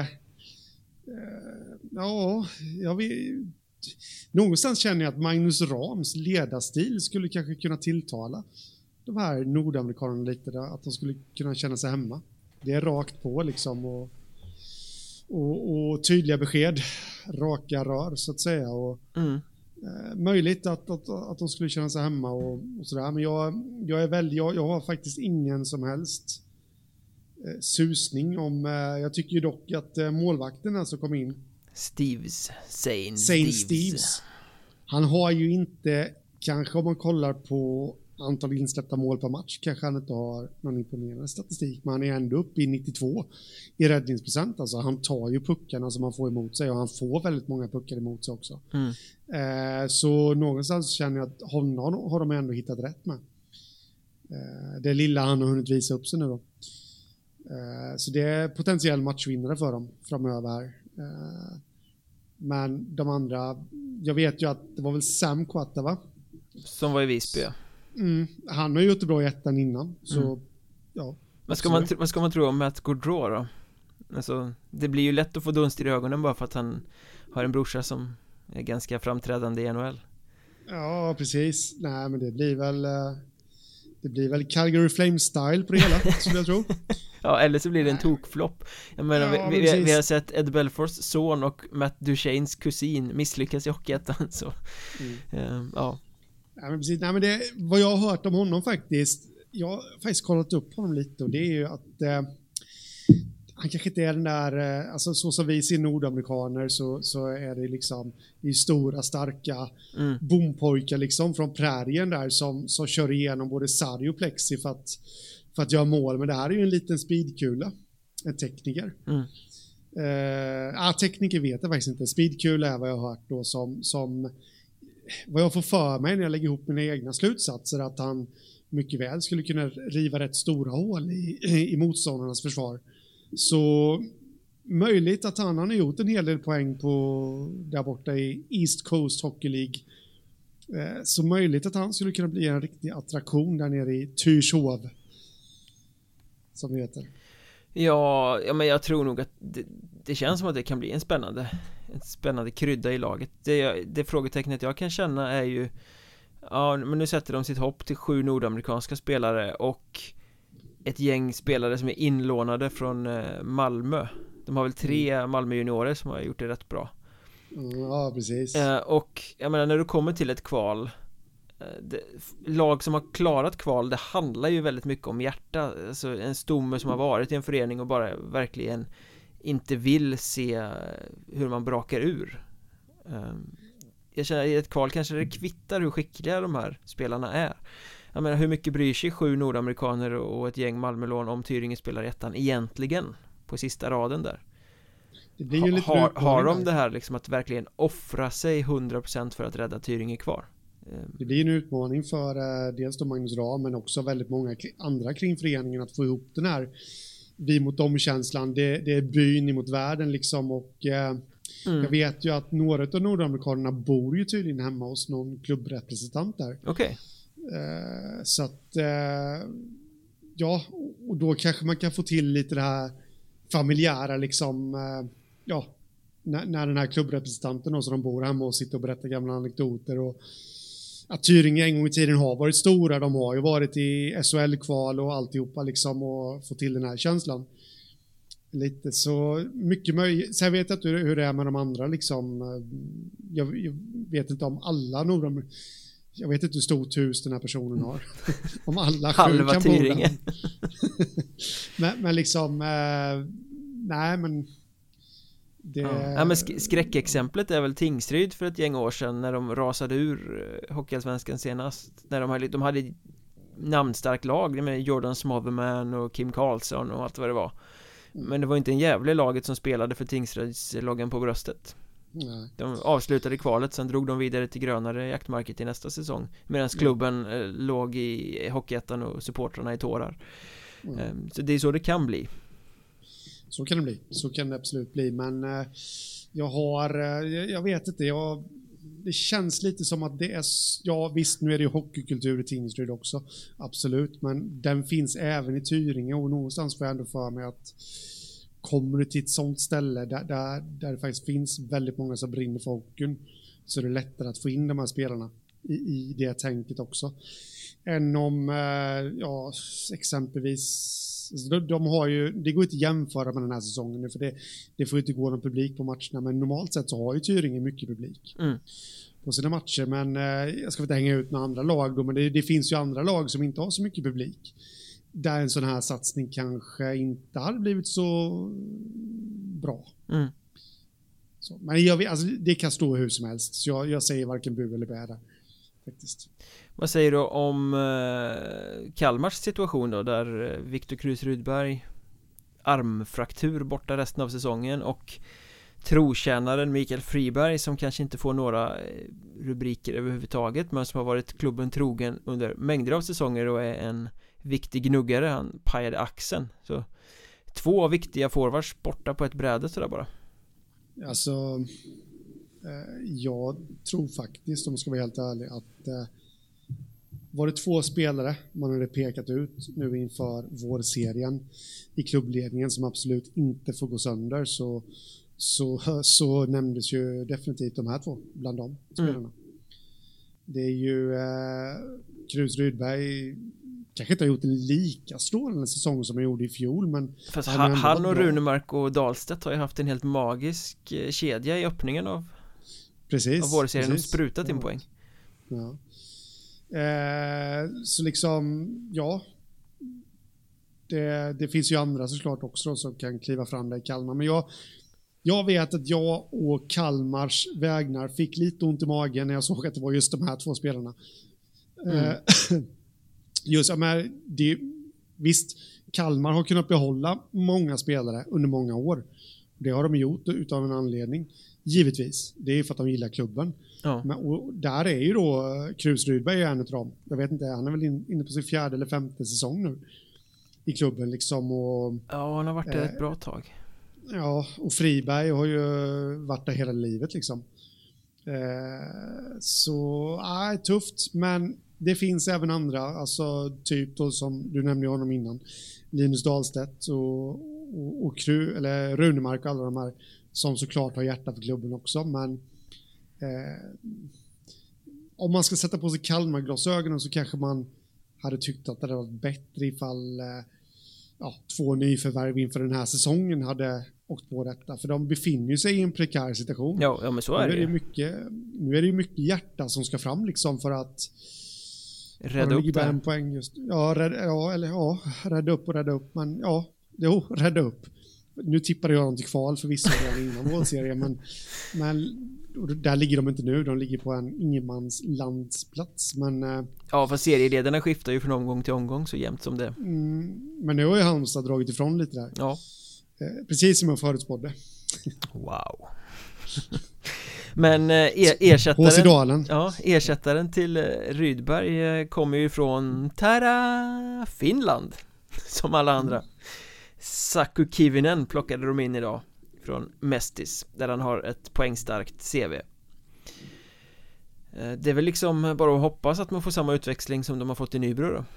någonstans känner jag att Magnus Rams ledarstil skulle kanske kunna tilltala de här nordamerikanerna lite där, att de skulle kunna känna sig hemma. Det är rakt på liksom, och tydliga besked, raka rör så att säga, och möjligt att de skulle känna sig hemma och sådär, men jag har faktiskt ingen som helst susning om, jag tycker ju dock att målvakten som kom in, Saint Steves, han har ju inte, kanske om man kollar på antal insläppta mål per match, kanske han inte har någon imponerande statistik, men han är ändå uppe i 92 i räddningsprocent. Alltså han tar ju puckarna som han får emot sig, och han får väldigt många puckar emot sig också. Så någonstans känner jag att honom har de ändå hittat rätt med. Det lilla han har hunnit visa upp sig nu då. Så det är potentiell matchvinnare för dem framöver här. Men de andra, jag vet ju att det var väl Sam Quetta, va? Som var i Visby, ja. Han har ju gjort det bra i ettan innan. Så, ja. Vad ska man tro om Matt Gaudreau då? Alltså, det blir ju lätt att få dunst i ögonen bara för att han har en brorsa som är ganska framträdande i NHL. Ja, precis. Nej, men det blir väl Calgary Flames-style på det hela, skulle jag tro. Ja, eller så blir det en tokflopp. Jag menar, Ja, vi har sett Ed Belfors son och Matt Duchenes kusin misslyckas i Hockeyettan, så ja. Ja, men precis. Nej, men det, vad jag har hört om honom faktiskt, jag har faktiskt kollat upp honom lite, och det är ju att han kanske inte är den där, alltså så som vi ser nordamerikaner, så är det liksom i stora starka bompojkar liksom från prärien där som kör igenom både sarg och plexi för att göra mål, men det här är ju en liten speedkula, en tekniker. Tekniker vet jag faktiskt inte. Speedkula är vad jag har hört då som vad jag får för mig när jag lägger ihop mina egna slutsatser, att han mycket väl skulle kunna riva rätt stora hål i motståndarnas försvar. Så möjligt att han har gjort en hel del poäng på där borta i East Coast Hockey League. Så möjligt att han skulle kunna bli en riktig attraktion där nere i Tyrshov, som det heter. Ja, men jag tror nog att det känns som att det kan bli en spännande krydda i laget. Det frågetecknet jag kan känna är ju, ja, men nu sätter de sitt hopp till 7 nordamerikanska spelare och ett gäng spelare som är inlånade från Malmö. De har väl 3 Malmö juniorer som har gjort det rätt bra. Ja, precis. Och jag menar, när du kommer till ett kval, lag som har klarat kval, det handlar ju väldigt mycket om hjärta. Alltså en stomme som har varit i en förening och bara verkligen inte vill se hur man brakar ur. Jag känner att i ett kval kanske det kvittar hur skickliga de här spelarna är. Jag menar, hur mycket bryr sig 7 nordamerikaner och ett gäng Malmölån om Tyringe spelar i ettan egentligen på sista raden där? Det blir ju lite har de det här liksom att verkligen offra sig 100% för att rädda Tyringe kvar? Det blir en utmaning för dels då Magnus Ram, men också väldigt många andra kring föreningen att få ihop den här vi mot dem-känslan. Det är byn emot världen liksom, och jag vet ju att några av nordamerikanerna bor ju tydligen hemma hos någon klubbrepresentant där. Okej. Så att ja, och då kanske man kan få till lite det här familjära liksom, när den här klubbrepresentanten då, så de bor hemma och sitter och berättar gamla anekdoter och att Tyringe en gång i tiden har varit stora. De har ju varit i SHL-kval och alltihopa liksom och få till den här känslan. Lite så mycket möjligt. Sen vet jag inte hur det är med de andra liksom. Jag vet inte om alla nog. Jag vet inte hur stort hus den här personen har. Om alla halva kan Tyringe. men liksom nej men det... Ja, men skräckexemplet är väl Tingsryd för ett gäng år sedan när de rasade ur Hockeyallsvenskan senast. När de hade namnstark lag med Jordan Smotherman och Kim Karlsson och allt vad det var. Men det var inte en jävla laget som spelade för Tingsryds loggan på bröstet. Nej. De avslutade kvalet, sen drog de vidare till grönare jaktmarker till nästa säsong. Medan klubben låg i Hockeyettan och supportrarna i tårar. Så det är så det kan bli. Så kan det bli, så kan det absolut bli. Men jag vet inte, det känns lite som att det är, ja visst nu är det ju hockeykultur i Tingsryd också, absolut, men den finns även i Tyringe och någonstans får jag ändå för mig att kommer du till ett sånt ställe där det faktiskt finns väldigt många som brinner för hockeyn, så är det lättare att få in de här spelarna i det tänket också. Än om, exempelvis de har ju, det går inte att jämföra med den här säsongen nu, för det får inte gå någon publik på matcherna, men normalt sett så har ju Tyringe mycket publik på sina matcher, men jag ska inte hänga ut några andra lag då, men det finns ju andra lag som inte har så mycket publik där en sån här satsning kanske inte hade blivit så bra. Så, men det kan stå hur som helst, så jag säger varken bu eller bä där faktiskt. Vad säger du om Kalmars situation då, där Viktor Krus Rydberg armfraktur borta resten av säsongen och trotjänaren Mikael Friberg som kanske inte får några rubriker överhuvudtaget men som har varit klubben trogen under mängder av säsonger och är en viktig gnuggare, han pajade axeln. Så 2 viktiga forwards borta på ett bräde så där bara. Alltså jag tror faktiskt, om man ska vara helt ärlig, att var det 2 spelare man hade pekat ut nu inför vårserien i klubbledningen som absolut inte får gå sönder, så nämndes ju definitivt de här 2 bland de spelarna. Det är ju Krus Rydberg kanske inte har gjort en lika strålande säsong som han gjorde i fjol, men fast han och Runemark och Dahlstedt har ju haft en helt magisk kedja i öppningen av vårserien och sprutat in poäng. Ja. Så liksom, ja, det finns ju andra såklart också då, som kan kliva fram där i Kalmar, men jag vet att jag och Kalmars vägnar fick lite ont i magen när jag såg att det var just de här 2 spelarna. Visst, Kalmar har kunnat behålla många spelare under många år. Det har de gjort utav en anledning. Givetvis, det är för att de gillar klubben. Ja. Men, och där är ju då Krus Rydberg en av dem. Jag vet inte, han är väl inne på sin 4:e eller 5:e säsong nu i klubben liksom. Och, ja, han har varit där ett bra tag. Ja, och Friberg har ju varit där hela livet liksom. Så, tufft, men det finns även andra, alltså typ då som du nämnde honom innan, Linus Dahlstedt och Runemark och alla de här som såklart har hjärta för klubben också, men om man ska sätta på sig Kalmar-glasögonen så kanske man hade tyckt att det hade varit bättre ifall 2 nyförvärv inför den här säsongen hade åkt på detta, för de befinner sig i en prekär situation. Ja men så är det. Nu är det ju mycket hjärta som ska fram liksom för att rädda upp det. En poäng just. Rädda upp, men rädda upp. Nu tippade jag dem till kval för vissa redan innan vårserien, men där ligger de inte nu, de ligger på en ingenmanslandsplats, men ja, för serieledarna skiftar ju från omgång till omgång så jämnt som det. Men nu har ju Halmstad dragit ifrån lite där. Ja. Precis som jag förutspådde. Wow. Men ersättaren till Rydberg kommer ju från Finland som alla andra. Saku Kivinen plockade de in idag från Mestis, där han har ett poängstarkt CV. Det är väl liksom bara att hoppas att man får samma utväxling som de har fått i Nybro då.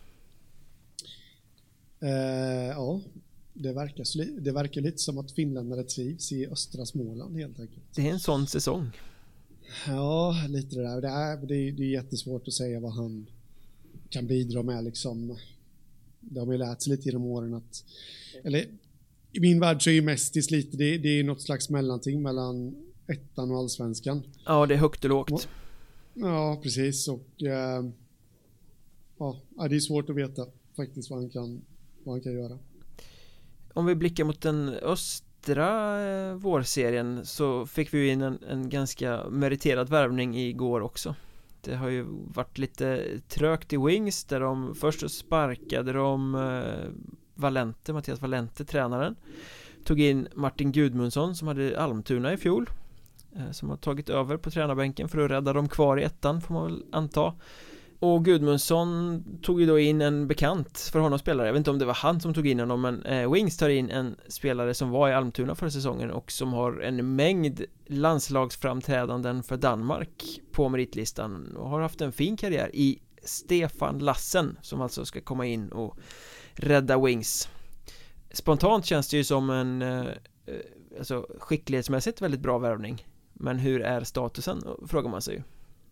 Ja, det verkar lite som att finländare trivs i östra Småland helt enkelt. Det är en sån säsong. Ja, lite det där. Det är jättesvårt att säga vad han kan bidra med liksom. Det har man ju lärt sig lite genom åren att, eller i min värld så är ju Mestis lite, det är något slags mellanting mellan ettan och allsvenskan. Ja, det är högt och lågt. Ja, precis. Och ja, det är svårt att veta faktiskt vad han kan göra. Om vi blickar mot den östra vårserien så fick vi ju in en ganska meriterad värvning igår också. Det har ju varit lite trögt i Wings där de först sparkade Mattias Valente, tränaren. Tog in Martin Gudmundsson som hade Almtuna i fjol, som har tagit över på tränarbänken för att rädda dem kvar i ettan, får man väl anta. Och Gudmundsson tog ju då in en bekant för honom spelare. Jag vet inte om det var han som tog in honom, men Wings tar in en spelare som var i Almtuna förra säsongen och som har en mängd landslagsframträdanden för Danmark på meritlistan och har haft en fin karriär i Stefan Lassen, som alltså ska komma in och rädda Wings. Spontant känns det ju som en alltså skicklighetsmässigt väldigt bra värvning. Men hur är statusen, frågar man sig ju.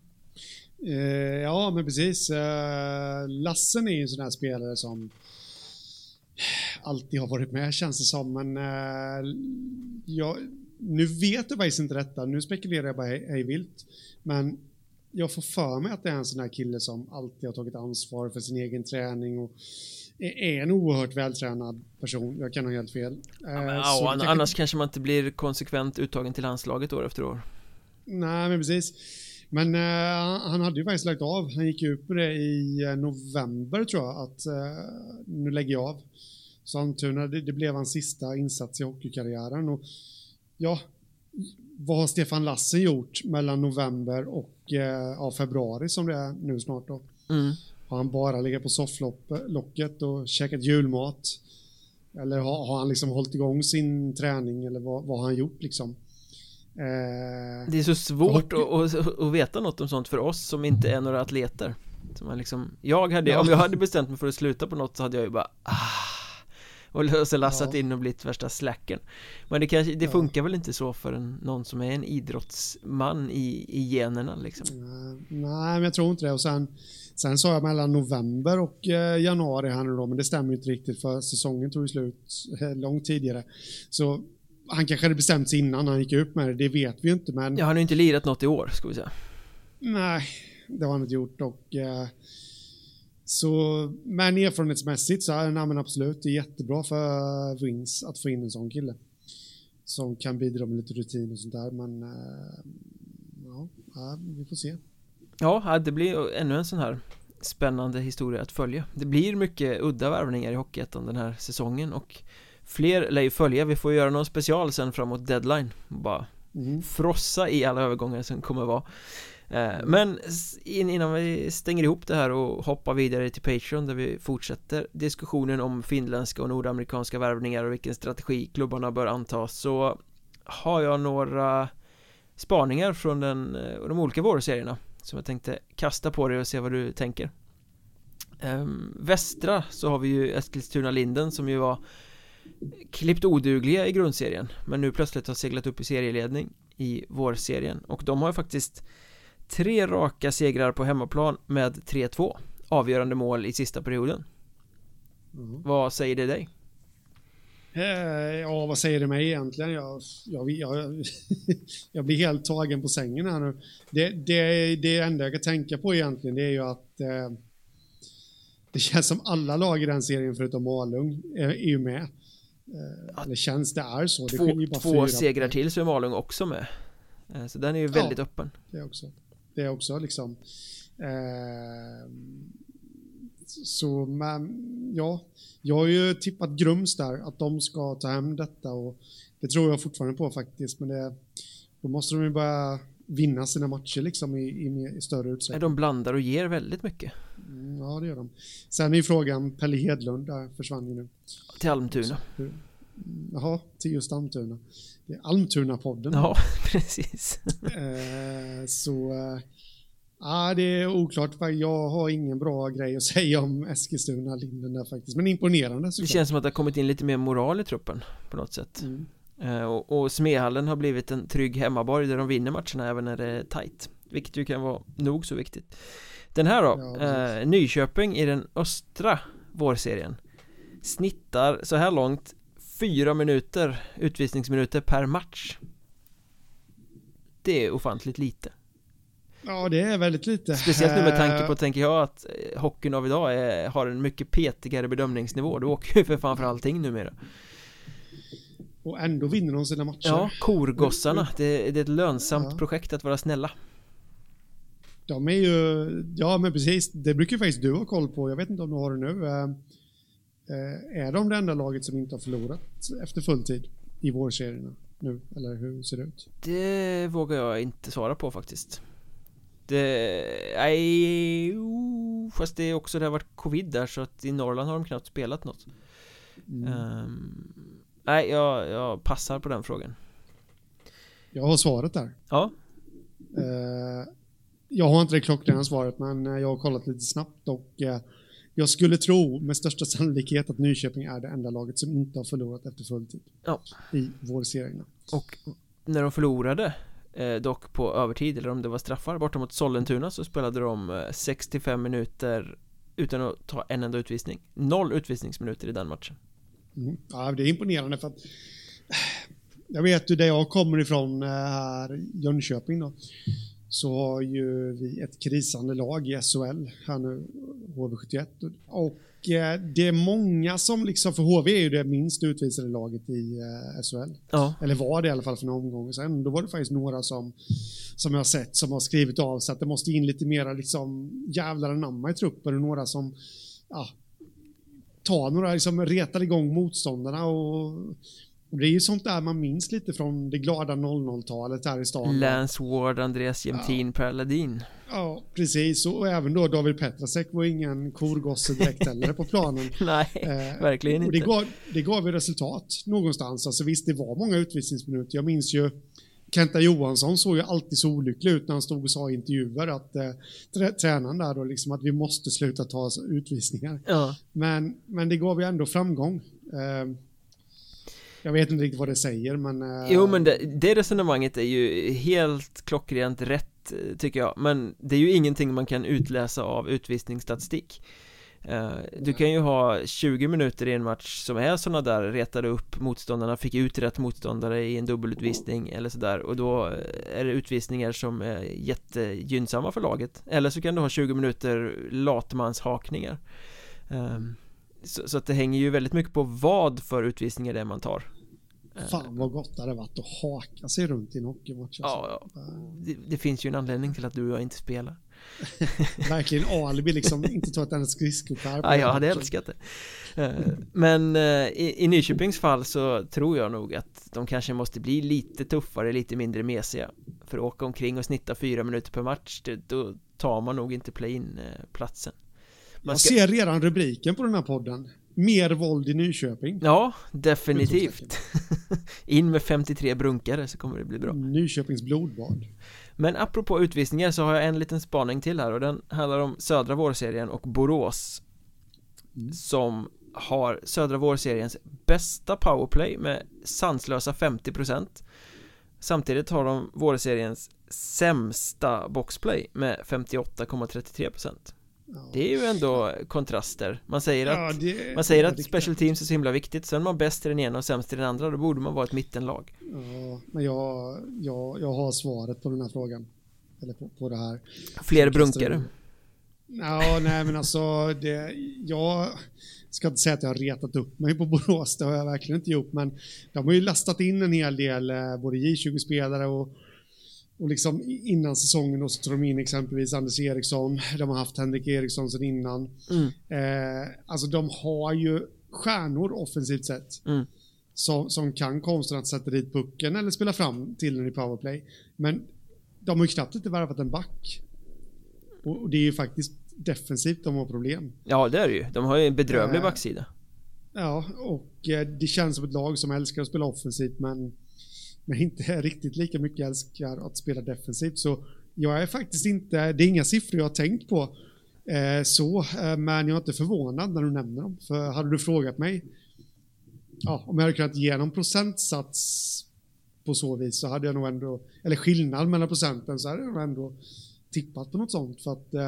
Ja, men precis. Lassen är ju en sån här spelare som alltid har varit med, känns det som. Men nu vet jag faktiskt inte detta. Nu spekulerar jag bara hej vilt. Men jag får för mig att det är en sån här kille som alltid har tagit ansvar för sin egen träning och är en oerhört vältränad person. Jag kan ha helt fel. Annars kanske man inte blir konsekvent uttagen till landslaget år efter år. Nej, men precis. Men han hade ju faktiskt lagt av. Han gick ut med det i november, tror jag, att nu lägger jag av. Så Almtuna, det blev hans sista insats i hockeykarriären. Och ja, vad har Stefan Lassen gjort mellan november och februari, som det är nu snart då? Har han bara legat på sofflocket och käkat julmat? Eller har han liksom hållit igång sin träning? Eller vad har han gjort liksom? Det är så svårt att veta något om sånt för oss som inte är några atleter. Som man liksom, om jag hade bestämt mig för att sluta på något så hade jag ju bara och så lassat in och blivit värsta slacken. Men det funkar väl inte så för någon som är en idrottsman i generna liksom. Nej, men jag tror inte det. Och sen sa jag mellan november och januari här nu då, men det stämmer ju inte riktigt för säsongen tog ju slut långt tidigare. Så han kanske hade bestämt sig innan han gick upp med det vet vi ju inte. Men han har ju inte lirat något i år, ska vi säga. Nej, det har han inte gjort. Och så, men erfarenhetsmässigt så är det absolut, det är jättebra för Wings att få in en sån kille som kan bidra med lite rutin och sånt där. Men vi får se. Ja, det blir ännu en sån här spännande historia att följa. Det blir mycket udda värvningar i Hockeyettan den här säsongen och fler lär ju följa. Vi får göra någon special sen framåt deadline. Bara frossa i alla övergångar som kommer vara. Men innan vi stänger ihop det här och hoppar vidare till Patreon där vi fortsätter diskussionen om finländska och nordamerikanska värvningar och vilken strategi klubbarna bör anta, så har jag några spaningar från de olika vårserierna som jag tänkte kasta på dig och se vad du tänker. Västra så har vi ju Eskilstuna-Linden som ju var klippt odugliga i grundserien men nu plötsligt har seglat upp i serieledning i vårserien, och de har ju faktiskt 3 raka segrar på hemmaplan med 3-2 avgörande mål i sista perioden. Vad säger det dig? Vad säger det mig egentligen? Jag blir helt tagen på sängen här nu. Det enda jag kan tänka på egentligen, det är ju att det känns som alla lag i den serien förutom Malung är ju med. Eller känns det är så. Två segrar till så är Malung också med. Så den är ju väldigt öppen. Det är också liksom så, men jag har ju tippat Grums där att de ska ta hem detta, och det tror jag fortfarande på faktiskt, men då måste de ju börja vinna sina matcher liksom i större utsträckning. De blandar och ger väldigt mycket. Ja, det gör de. Sen är ju frågan, Pelle Hedlund där försvann ju nu till Almtuna. Jaha, till just Almtuna. Det är Almtuna-podden. Ja, precis. Det är oklart. Jag har ingen bra grej att säga om Eskilstuna-Linden där faktiskt. Men imponerande. Det känns som att det har kommit in lite mer moral i truppen på något sätt. Och Smehallen har blivit en trygg hemmaborg där de vinner matcherna även när det är tajt, vilket ju kan vara nog så viktigt. Den här då, Nyköping i den östra vårserien snittar så här långt 4 utvisningsminuter per match. Det är ofantligt lite. Ja, det är väldigt lite. Speciellt nu med tanke på, tänker jag, att hockeyn av idag har en mycket petigare bedömningsnivå. Du åker ju för fan för allting numera. Och ändå vinner de sina matcher. Ja, korgossarna. Det är ett lönsamt projekt att vara snälla. De är ju... Ja, men precis. Det brukar ju faktiskt du ha koll på. Jag vet inte om du har det nu. Är de det enda laget som inte har förlorat efter fulltid i vårserierna nu? Eller hur ser det ut? Det vågar jag inte svara på faktiskt. Fast det är också, det har varit covid där, så att i Norrland har de knappt spelat något. Nej, jag passar på den frågan. Jag har svaret där. Ja. Jag har inte det klockrena svaret, men jag har kollat lite snabbt och jag skulle tro med största sannolikhet att Nyköping är det enda laget som inte har förlorat efter fulltid i vårserierna. Och när de förlorade dock på övertid, eller om det var straffar borta mot Sollentuna, så spelade de 65 minuter utan att ta en enda utvisning. 0 utvisningsminuter i den matchen. Ja, det är imponerande, för att jag vet ju där jag kommer ifrån här Jönköping då, så har ju vi ett krisande lag i SHL här nu, HV71, och det är många som liksom, för HV är ju det minst utvisade laget i SHL. Ja. Eller var det i alla fall för någon omgång sen. Då var det faktiskt några som jag har sett som har skrivit av så att det måste in lite mera liksom jävlar anamma i truppen, och några som tar några, liksom retar igång motståndarna, och det är ju sånt där man minns lite från det glada 00-talet här i stan. Lance Ward, Andreas Jämtin, Per Ladin. Ja, precis. Och även då David Petrasek var ingen korgosse direkt heller på planen. Nej, verkligen inte. Och det gav ju resultat någonstans. Alltså visst, det var många utvisningsminuter. Jag minns ju Kenta Johansson såg ju alltid så olycklig ut när han stod och sa i intervjuer att tränaren där då liksom att vi måste sluta ta utvisningar. Ja. Men det gav ju ändå framgång. Jag vet inte riktigt vad det säger, men... Jo, men det resonemanget är ju helt klockrent rätt, tycker jag. Men det är ju ingenting man kan utläsa av utvisningsstatistik. Du kan ju ha 20 minuter i en match som är såna där, retade upp motståndarna, fick ut rätt motståndare i en dubbelutvisning eller sådär, och då är det utvisningar som är jättegynnsamma för laget. Eller så kan du ha 20 minuter latmanshakningar. Så att det hänger ju väldigt mycket på vad för utvisningar det är man tar. Fan vad gott det hade varit att haka sig runt i en hockeymatch. Ja. Det finns ju en anledning till att du och jag inte spelar. Verkligen alibi, liksom inte ta ett enda skridskopär. Ja, jag hade älskat det. Men i Nyköpings fall så tror jag nog att de kanske måste bli lite tuffare, lite mindre mesiga. För att åka omkring och snitta 4 minuter per match, då tar man nog inte play-in-platsen. Jag ser redan rubriken på den här podden. Mer våld i Nyköping. Ja, definitivt. In med 53 brunkare så kommer det bli bra. Nyköpings blodbad. Men apropå utvisningar så har jag en liten spaning till här, och den handlar om södra vårserien och Borås, som har södra vårseriens bästa powerplay med sanslösa 50%. Samtidigt har de vårseriens sämsta boxplay med 58,33%. Det är ju ändå kontraster. Man säger att special teams är så himla viktigt. Sen är man bäst i den ena och sämst i den andra. Då borde man vara ett mittenlag. Ja, men jag har svaret på den här frågan. Eller på det här. Fler brunkare. Ja, nej men alltså jag ska inte säga att jag har retat upp mig på Borås. Det har jag verkligen inte gjort. Men de har ju lastat in en hel del både J20-spelare och liksom innan säsongen då så tog de in exempelvis Anders Eriksson. De har haft Henrik Eriksson sedan innan. Alltså de har ju stjärnor offensivt sett. Som kan konsten att sätta dit pucken eller spela fram till den i powerplay. Men de har ju knappt inte värvat en back. Och det är ju faktiskt defensivt de har problem. Ja, det är det ju. De har ju en bedrövlig backsida. Ja, och det känns som ett lag som älskar att spela offensivt men inte riktigt lika mycket älskar att spela defensivt. Så jag är faktiskt inte, det är inga siffror jag har tänkt på men jag är inte förvånad när du nämner dem. För hade du frågat mig ja, om jag hade kunnat ge någon procentsats på så vis så hade jag nog ändå, eller skillnad mellan procenten, så hade jag nog ändå tippat på något sånt, för att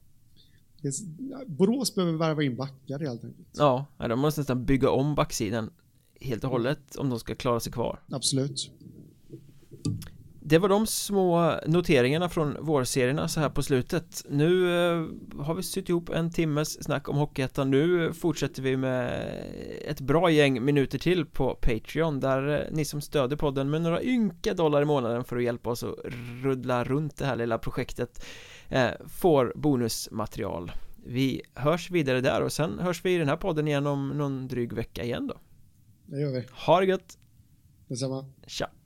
Borås behöver värva in backar helt enkelt. Ja, de måste nästan bygga om backsidan helt och hållet om de ska klara sig kvar. Absolut. Det var de små noteringarna från vårserierna så här på slutet. Nu har vi sytt ihop en timmes snack om Hockeyettan. Nu fortsätter vi med ett bra gäng minuter till på Patreon, där ni som stöder podden med några ynka dollar i månaden för att hjälpa oss att rulla runt det här lilla projektet får bonusmaterial. Vi hörs vidare där, och sen hörs vi i den här podden igen om någon dryg vecka igen då. Det gör vi. Ha det gött. Detsamma. Tja.